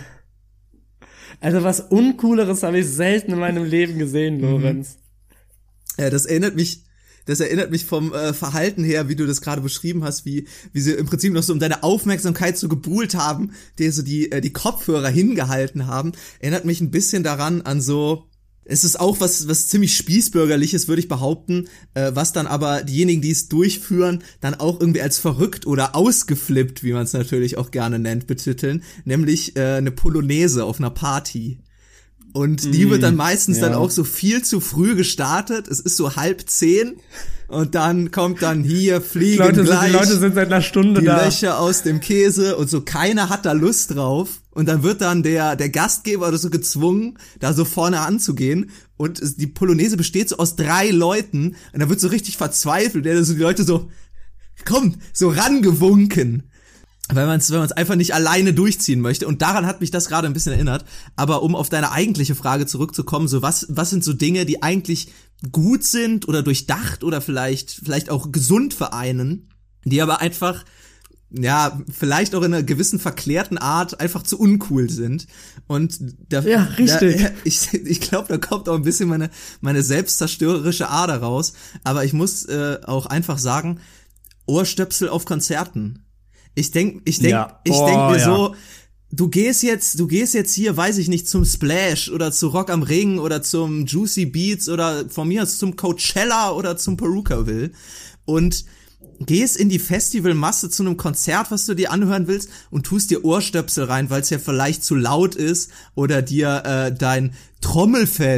C: Also was Uncooleres habe ich selten in meinem Leben gesehen, Lorenz.
A: Ja, das erinnert mich, das erinnert mich vom äh, Verhalten her, wie du das gerade beschrieben hast, wie wie sie im Prinzip noch so um deine Aufmerksamkeit so gebuhlt haben, dir so die äh, die Kopfhörer hingehalten haben. Erinnert mich ein bisschen daran an so, es ist auch was was ziemlich spießbürgerliches, würde ich behaupten, äh, was dann aber diejenigen, die es durchführen, dann auch irgendwie als verrückt oder ausgeflippt, wie man es natürlich auch gerne nennt, betiteln, nämlich äh, eine Polonaise auf einer Party. Und die mm, wird dann meistens ja. dann auch so viel zu früh gestartet. Es ist so halb zehn und dann kommt dann hier fliegen
C: Leute
A: gleich
C: sind, die Leute sind seit einer Stunde
A: die
C: da.
A: Löcher aus dem Käse und so, keiner hat da Lust drauf. Und dann wird dann der der Gastgeber oder so gezwungen, da so vorne anzugehen. Und die Polonaise besteht so aus drei Leuten. Und da wird so richtig verzweifelt. Der so die Leute so, komm, so rangewunken. Weil man es wenn man es einfach nicht alleine durchziehen möchte. Und daran hat mich das gerade ein bisschen erinnert. Aber um auf deine eigentliche Frage zurückzukommen, so was was sind so Dinge, die eigentlich gut sind oder durchdacht oder vielleicht vielleicht auch gesund vereinen, die aber einfach ja, vielleicht auch in einer gewissen verklärten Art einfach zu uncool sind. Und da,
C: ja, richtig.
A: Da, ich ich glaube, da kommt auch ein bisschen meine meine selbstzerstörerische Ader raus. Aber ich muss äh, auch einfach sagen, Ohrstöpsel auf Konzerten. Ich denk, ich denk,
C: ja.
A: ich
C: oh,
A: denk mir
C: ja.
A: so, du gehst jetzt, du gehst jetzt hier, weiß ich nicht, zum Splash oder zu Rock am Ring oder zum Juicy Beats oder von mir aus zum Coachella oder zum Perukaville und gehst in die Festivalmasse zu einem Konzert, was du dir anhören willst und tust dir Ohrstöpsel rein, weil es ja vielleicht zu laut ist oder dir äh, dein Trommelfell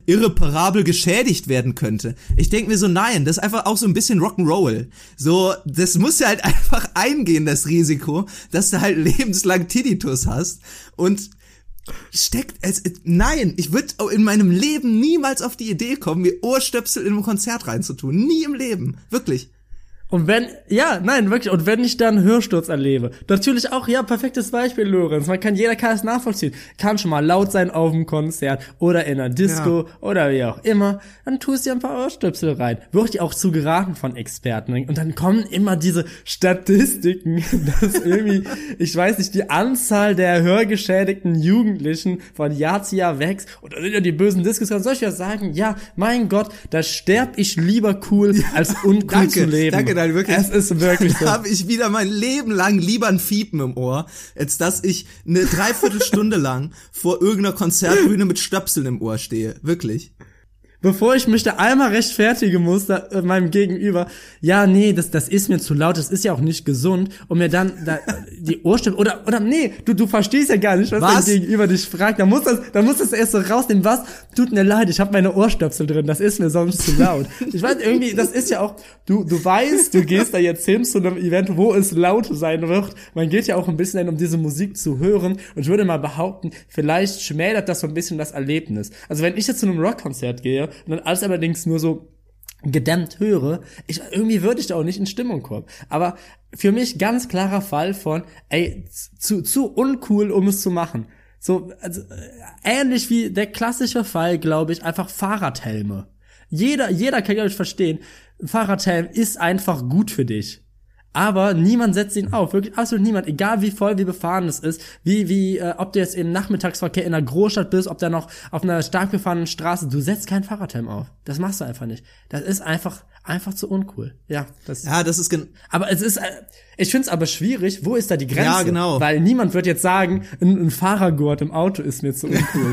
A: irreparabel geschädigt werden könnte. Ich denke mir so, nein, das ist einfach auch so ein bisschen Rock'n'Roll. So, das muss ja halt einfach eingehen, das Risiko, dass du halt lebenslang Tinnitus hast und steckt es, nein, ich würde in meinem Leben niemals auf die Idee kommen, mir Ohrstöpsel in ein Konzert reinzutun. Nie im Leben. Wirklich.
C: Und wenn, ja, nein, wirklich, und wenn ich dann einen Hörsturz erlebe, natürlich auch, ja, perfektes Beispiel, Lorenz, man kann, jeder kann es nachvollziehen, kann schon mal laut sein auf dem Konzert oder in einer Disco ja. oder wie auch immer, dann tust du dir ein paar Ohrstöpsel rein. Wird dir auch zu geraten von Experten. Und dann kommen immer diese Statistiken, dass irgendwie, ich weiß nicht, die Anzahl der hörgeschädigten Jugendlichen von Jahr zu Jahr wächst, und da sind ja die bösen Diskussionen. Soll ich ja sagen, ja, mein Gott, da sterb ich lieber cool, als uncool
A: danke,
C: zu leben.
A: Danke. Nein, wirklich.
C: Es ist wirklich so.
A: Da habe ich wieder mein Leben lang lieber ein Fiepen im Ohr, als dass ich eine Dreiviertelstunde lang vor irgendeiner Konzertbühne mit Stöpseln im Ohr stehe. Wirklich.
C: Bevor ich mich da einmal rechtfertigen muss, da, äh, meinem Gegenüber, ja, nee, das, das ist mir zu laut, das ist ja auch nicht gesund, und mir dann da, die Ohrstöpsel, oder, oder, nee, du, du verstehst ja gar nicht, was, was? dein Gegenüber dich fragt, da muss das, da muss das erst so rausnehmen, was, tut mir leid, ich habe meine Ohrstöpsel drin, das ist mir sonst zu laut. Ich weiß, irgendwie, das ist ja auch, du, du weißt, du gehst da jetzt hin zu einem Event, wo es laut sein wird, man geht ja auch ein bisschen hin, um diese Musik zu hören, und ich würde mal behaupten, vielleicht schmälert das so ein bisschen das Erlebnis. Also wenn ich jetzt zu einem Rockkonzert gehe, und dann alles allerdings nur so gedämmt höre, ich, irgendwie würde ich da auch nicht in Stimmung kommen. Aber für mich ganz klarer Fall von, ey, zu, zu uncool, um es zu machen. So, also, ähnlich wie der klassische Fall, glaube ich, einfach Fahrradhelme. Jeder, jeder kann, glaube ich, verstehen, ein Fahrradhelm ist einfach gut für dich. Aber niemand setzt ihn auf, wirklich absolut niemand, egal wie voll, wie befahren es ist, wie, wie, äh, ob du jetzt im Nachmittagsverkehr in einer Großstadt bist, ob da noch auf einer stark befahrenen Straße, du setzt keinen Fahrradhelm auf. Das machst du einfach nicht. Das ist einfach, einfach zu uncool. Ja, das,
A: ja, das ist, gen-
C: aber es ist, äh, ich find's aber schwierig, wo ist da die Grenze?
A: Ja, genau.
C: Weil niemand wird jetzt sagen, ein, ein Fahrergurt im Auto ist mir zu uncool.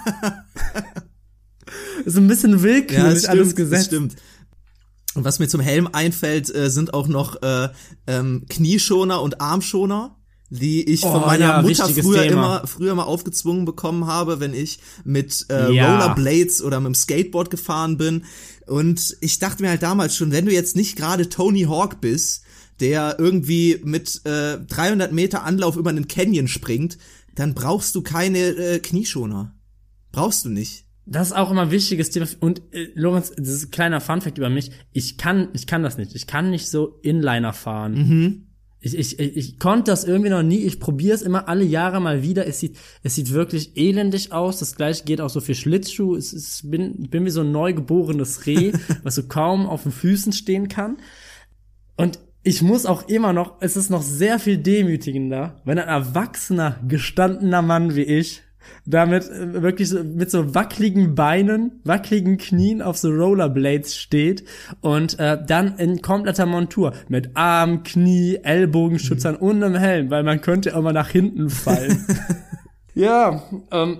C: Ist ein bisschen willkürlich,
A: ja, das stimmt,
C: alles gesetzt.
A: Das stimmt. Und was mir zum Helm einfällt, äh, sind auch noch äh, ähm, Knieschoner und Armschoner, die ich oh, von meiner
C: ja,
A: Mutter früher
C: Thema.
A: immer früher mal aufgezwungen bekommen habe, wenn ich mit äh,
C: ja.
A: Rollerblades oder mit dem Skateboard gefahren bin. Und ich dachte mir halt damals schon, wenn du jetzt nicht gerade Tony Hawk bist, der irgendwie mit äh, dreihundert Meter Anlauf über einen Canyon springt, dann brauchst du keine äh, Knieschoner. Brauchst du nicht.
C: Das ist auch immer ein wichtiges Thema. Und äh, Lorenz, das ist ein kleiner Funfact über mich. Ich kann, ich kann das nicht. Ich kann nicht so Inliner fahren.
A: Mhm.
C: Ich, ich, ich, ich konnte das irgendwie noch nie. Ich probiere es immer alle Jahre mal wieder. Es sieht, es sieht wirklich elendig aus. Das gleiche geht auch so für Schlittschuh. Es ist, bin, ich bin wie so ein neugeborenes Reh, was so kaum auf den Füßen stehen kann. Und ich muss auch immer noch, es ist noch sehr viel demütigender, wenn ein erwachsener, gestandener Mann wie ich damit äh, wirklich so, mit so wackeligen Beinen, wackeligen Knien auf so Rollerblades steht und äh, dann in kompletter Montur mit Arm, Knie, Ellbogenschützern mhm. und einem Helm, weil man könnte auch mal nach hinten fallen. Ja, ähm,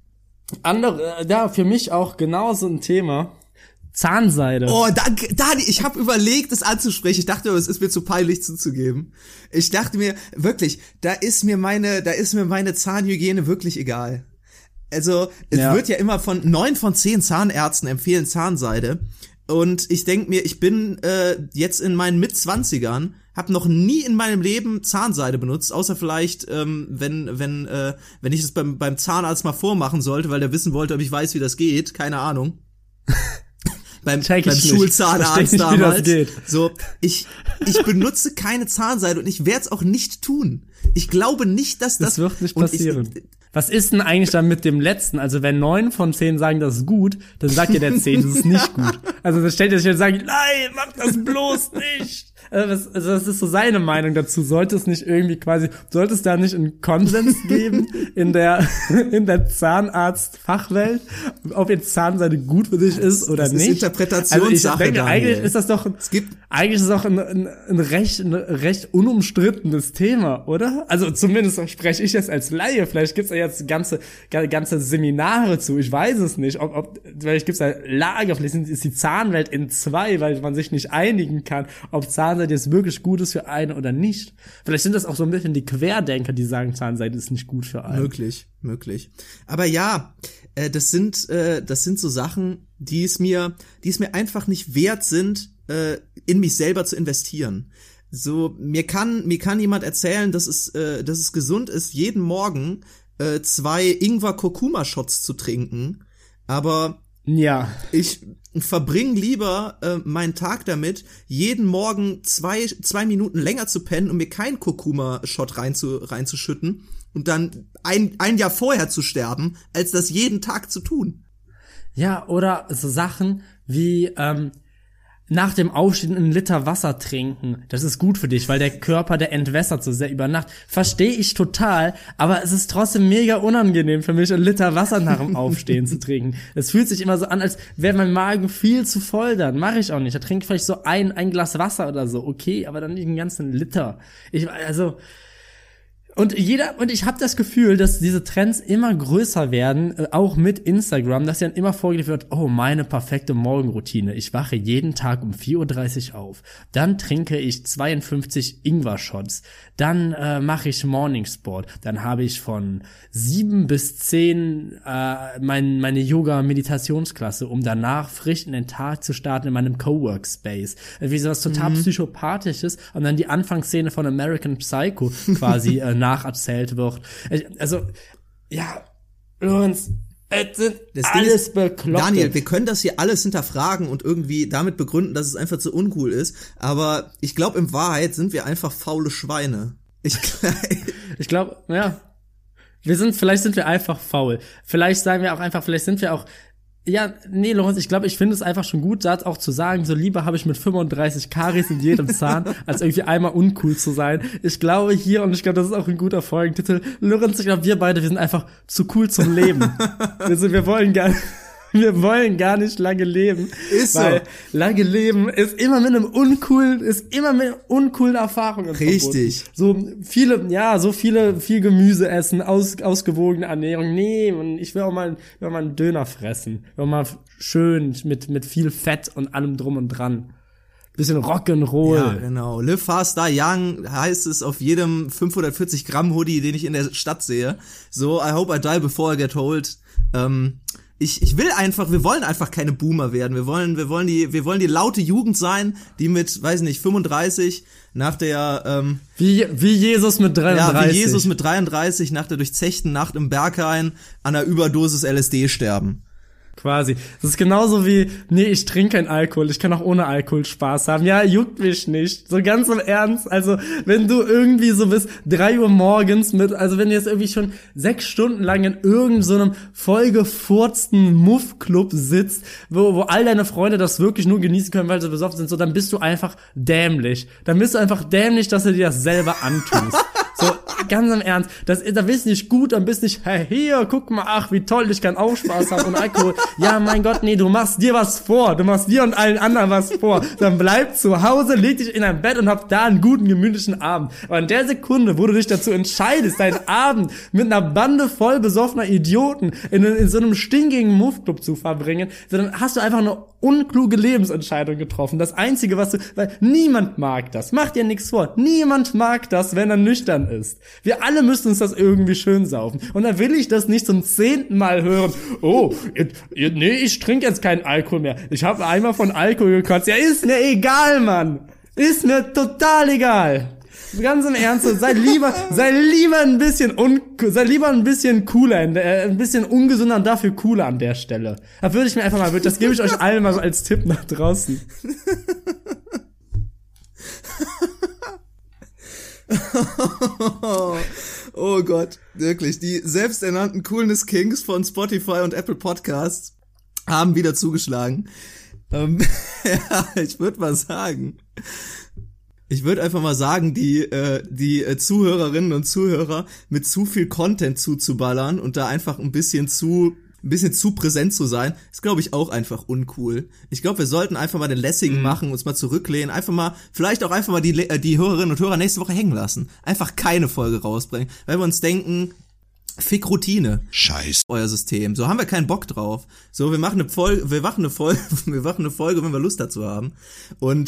C: andere, äh, ja, für mich auch genauso ein Thema. Zahnseide.
A: Oh, danke, Dani, ich habe überlegt, das anzusprechen. Ich dachte, es ist mir zu peinlich zuzugeben. Ich dachte mir, wirklich, da ist mir meine, da ist mir meine Zahnhygiene wirklich egal. Also, es ja. wird ja immer von neun von zehn Zahnärzten empfehlen Zahnseide. Und ich denk mir, ich bin äh, jetzt in meinen Mitzwanzigern, hab noch nie in meinem Leben Zahnseide benutzt, außer vielleicht, ähm, wenn wenn äh, wenn ich es beim beim Zahnarzt mal vormachen sollte, weil der wissen wollte, ob ich weiß, wie das geht. Keine Ahnung. beim, beim Schulzahnarzt damals. So, ich ich benutze keine Zahnseide und ich werde es auch nicht tun. Ich glaube nicht, dass das,
C: das wird nicht passieren. Ich, Was ist denn eigentlich dann mit dem letzten? Also wenn neun von zehn sagen, das ist gut, dann sagt ihr der zehn, das ist nicht gut. Also dann stellt ihr sich und sagt, nein, mach das bloß nicht. Also das ist so seine Meinung dazu. Sollte es nicht irgendwie quasi, sollte es da nicht einen Konsens geben in der in der Zahnarztfachwelt, ob jetzt Zahnseide gut für dich ist oder
A: das
C: nicht?
A: Das ist Interpretationssache.
C: Also ich denke, eigentlich ist das doch,
A: es gibt
C: eigentlich ist es auch ein, ein, ein recht ein recht unumstrittenes Thema, oder? Also zumindest spreche ich jetzt als Laie. Vielleicht gibt's ja jetzt ganze ganze Seminare zu. Ich weiß es nicht. Ob, ob vielleicht gibt's da Lager. Vielleicht ist die Zahnwelt in zwei, weil man sich nicht einigen kann, ob Zahnseide Zahnseide jetzt wirklich gut ist für einen oder nicht. Vielleicht sind das auch so ein bisschen die Querdenker, die sagen, Zahnseide ist nicht gut für einen.
A: Möglich, möglich. Aber ja, äh, das sind, äh, das sind so Sachen, die es mir, die es mir einfach nicht wert sind, äh, in mich selber zu investieren. So, mir kann, mir kann jemand erzählen, dass es, äh, dass es gesund ist, jeden Morgen äh, zwei Ingwer-Kurkuma-Shots zu trinken, aber
C: ja,
A: ich verbringe lieber äh, meinen Tag damit, jeden Morgen zwei, zwei Minuten länger zu pennen, um mir keinen Kurkuma-Shot reinzu, reinzuschütten und dann ein, ein Jahr vorher zu sterben, als das jeden Tag zu tun.
C: Ja, oder so Sachen wie, ähm, nach dem Aufstehen einen Liter Wasser trinken, das ist gut für dich, weil der Körper, der entwässert so sehr über Nacht. Verstehe ich total, aber es ist trotzdem mega unangenehm für mich, einen Liter Wasser nach dem Aufstehen zu trinken. Es fühlt sich immer so an, als wäre mein Magen viel zu voll dann. Mache ich auch nicht. Da trinke ich vielleicht so ein, ein Glas Wasser oder so, okay, aber dann nicht einen ganzen Liter. Ich, also... Und jeder, und ich habe das Gefühl, dass diese Trends immer größer werden, äh, auch mit Instagram, dass dann immer vorgelebt wird, oh, meine perfekte Morgenroutine. Ich wache jeden Tag um vier Uhr dreißig auf. Dann trinke ich zweiundfünfzig Ingwer-Shots. Dann äh, mache ich Morning Sport. Dann habe ich von sieben bis zehn äh, mein, meine Yoga-Meditationsklasse, um danach frisch in den Tag zu starten in meinem Coworkspace. Wie so was total mhm. Psychopathisches. Und dann die Anfangsszene von American Psycho quasi äh, nacherzählt wird. Also, ja, Lorenz, es sind das alles ist, bekloppt.
A: Daniel, wir können das hier alles hinterfragen und irgendwie damit begründen, dass es einfach zu uncool ist, aber ich glaube, in Wahrheit sind wir einfach faule Schweine. Ich,
C: ich glaube, ja, wir sind, vielleicht sind wir einfach faul. Vielleicht sagen wir auch einfach, vielleicht sind wir auch Ja, nee, Lorenz, ich glaube, ich finde es einfach schon gut, da auch zu sagen, so lieber habe ich mit fünfunddreißig Karies in jedem Zahn, als irgendwie einmal uncool zu sein. Ich glaube hier, und ich glaube, das ist auch ein guter Folgentitel, Lorenz, ich glaube, wir beide, wir sind einfach zu cool zum Leben. wir, sind, wir wollen gar wir wollen gar nicht lange leben.
A: Ist so.
C: Weil lange leben ist immer mit einem uncoolen, ist immer mit uncoolen Erfahrungen
A: Richtig.
C: verbunden. So viele, ja, so viele, viel Gemüse essen, aus, ausgewogene Ernährung. Nee, und ich will auch mal, will auch mal einen Döner fressen. Ich will mal schön mit, mit viel Fett und allem drum und dran. Bisschen Rock'n'Roll.
A: Ja, genau. Live fast, die young heißt es auf jedem fünfhundertvierzig Gramm Hoodie, den ich in der Stadt sehe. So, I hope I die before I get old. Ähm, Ich, ich will einfach, wir wollen einfach keine Boomer werden. Wir wollen, wir wollen die, wir wollen die laute Jugend sein, die mit, weiß nicht, fünfunddreißig nach der, ähm,
C: wie, wie Jesus mit dreiunddreißig.
A: Ja, wie Jesus mit dreiunddreißig nach der durchzechten Nacht im Berghain an einer Überdosis L S D sterben.
C: Quasi. Das ist genauso wie, nee, ich trinke keinen Alkohol, ich kann auch ohne Alkohol Spaß haben. Ja, juckt mich nicht. So ganz im Ernst. Also, wenn du irgendwie so bis drei Uhr morgens mit, also wenn du jetzt irgendwie schon sechs Stunden lang in irgendeinem so einem vollgefurzten Muff-Club sitzt, wo, wo all deine Freunde das wirklich nur genießen können, weil sie besoffen sind, so, dann bist du einfach dämlich. Dann bist du einfach dämlich, dass du dir das selber antust. So, ganz im Ernst, das, da bist du nicht gut, dann bist du nicht, hey, hier, guck mal, ach, wie toll, ich kann auch Spaß haben und Alkohol. Ja, mein Gott, nee, du machst dir was vor, du machst dir und allen anderen was vor. Dann bleib zu Hause, leg dich in ein Bett und hab da einen guten, gemütlichen Abend. Aber in der Sekunde, wo du dich dazu entscheidest, deinen Abend mit einer Bande voll besoffener Idioten in, in so einem stinkigen Muffclub zu verbringen, so, dann hast du einfach eine unkluge Lebensentscheidung getroffen. Das Einzige, was du, weil niemand mag das. Mach dir nichts vor. Niemand mag das, wenn er nüchtern ist. Wir alle müssen uns das irgendwie schön saufen. Und dann will ich das nicht zum zehnten Mal hören. Oh, nee, ich trinke jetzt keinen Alkohol mehr. Ich habe einmal von Alkohol gekotzt. Ja, ist mir egal, Mann. Ist mir total egal. Ganz im Ernst, sei lieber, sei lieber ein bisschen un, sei lieber ein bisschen cooler, äh, ein bisschen ungesunder und dafür cooler an der Stelle. Da würde ich mir einfach mal, das gebe ich euch allen mal so als Tipp nach draußen.
A: Oh Gott, wirklich, die selbsternannten Coolness Kings von Spotify und Apple Podcasts haben wieder zugeschlagen. Ähm, ja, ich würde mal sagen, ich würde einfach mal sagen, die äh, die äh, Zuhörerinnen und Zuhörer mit zu viel Content zuzuballern und da einfach ein bisschen zu ein bisschen zu präsent zu sein, ist, glaube ich, auch einfach uncool. Ich glaube, wir sollten einfach mal den Lässigen mhm. machen, uns mal zurücklehnen, einfach mal, vielleicht auch einfach mal die die Hörerinnen und Hörer nächste Woche hängen lassen. Einfach keine Folge rausbringen, weil wir uns denken, fick Routine.
B: Scheiß.
A: Euer System. So haben wir keinen Bock drauf. So, wir machen eine Folge, wir machen eine Folge, wir machen eine Folge, wenn wir Lust dazu haben. Und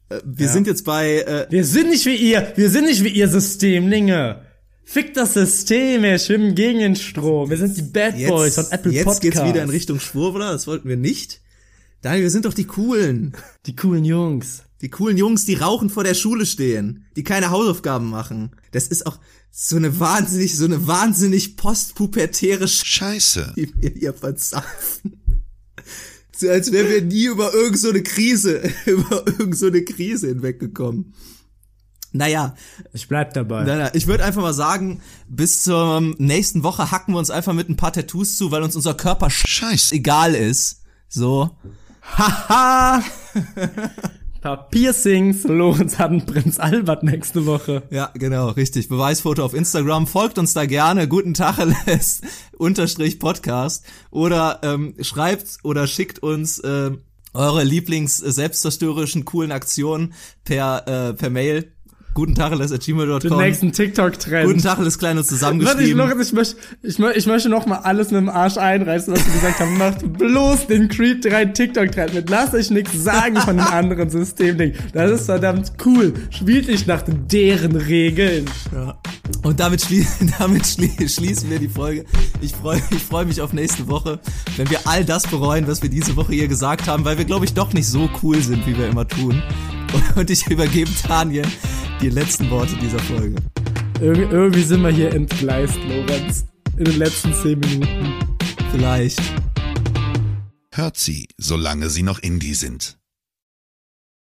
A: äh, wir
C: Ja.
A: sind jetzt bei, äh,
C: Wir sind nicht wie ihr, wir sind nicht wie ihr Systemlinge. Fick das System, wir schwimmen gegen den Strom. Wir sind die Bad Boys von Apple
A: jetzt
C: Podcasts.
A: geht's wieder in Richtung Schwurbler, das wollten wir nicht. Daniel, wir sind doch die Coolen.
C: Die coolen Jungs.
A: Die coolen Jungs, die rauchen vor der Schule stehen, die keine Hausaufgaben machen. Das ist auch so eine wahnsinnig, so eine wahnsinnig postpubertäre
D: Scheiße.
A: die wir hier verzapfen. So als wären wir nie über irgend so eine Krise, über irgend so eine Krise hinweggekommen. Naja,
C: Ich bleib dabei.
A: na, na, ich würde einfach mal sagen, bis zur nächsten Woche hacken wir uns einfach mit ein paar Tattoos zu, weil uns unser Körper
D: Scheiße.
A: egal ist. So. Haha!
C: Ein paar Piercings. Lorenz hat einen Prinz Albert nächste Woche.
A: Ja, genau, richtig. Beweisfoto auf Instagram. Folgt uns da gerne. Guten Tacheles unterstrich Podcast. Oder ähm, schreibt oder schickt uns äh, eure Lieblings äh, selbstzerstörerischen coolen Aktionen per äh, per Mail. Guten Tacheles at gmail dot
C: Den
A: com.
C: nächsten TikTok-Trend.
A: Guten Tacheles klein und
C: Warte, ich,
A: zusammengeschrieben.
C: Lorenz, ich, möchte, ich, mö- ich möchte noch mal alles mit dem Arsch einreißen, was du gesagt hast. Macht bloß den Creed drei TikTok-Trend mit. Lasst euch nichts sagen von den anderen Systemdingen. Das ist verdammt cool. Spielt nicht nach deren Regeln.
A: Ja. Und damit, schlie damit schlie schließen wir die Folge. Ich freue ich freu mich auf nächste Woche, wenn wir all das bereuen, was wir diese Woche hier gesagt haben, weil wir, glaube ich, doch nicht so cool sind, wie wir immer tun. Und ich übergebe Daniel die letzten Worte dieser Folge.
C: Ir irgendwie sind wir hier entgleist, Lorenz. In den letzten zehn Minuten.
A: Vielleicht.
D: Hört sie, solange sie noch Indie sind.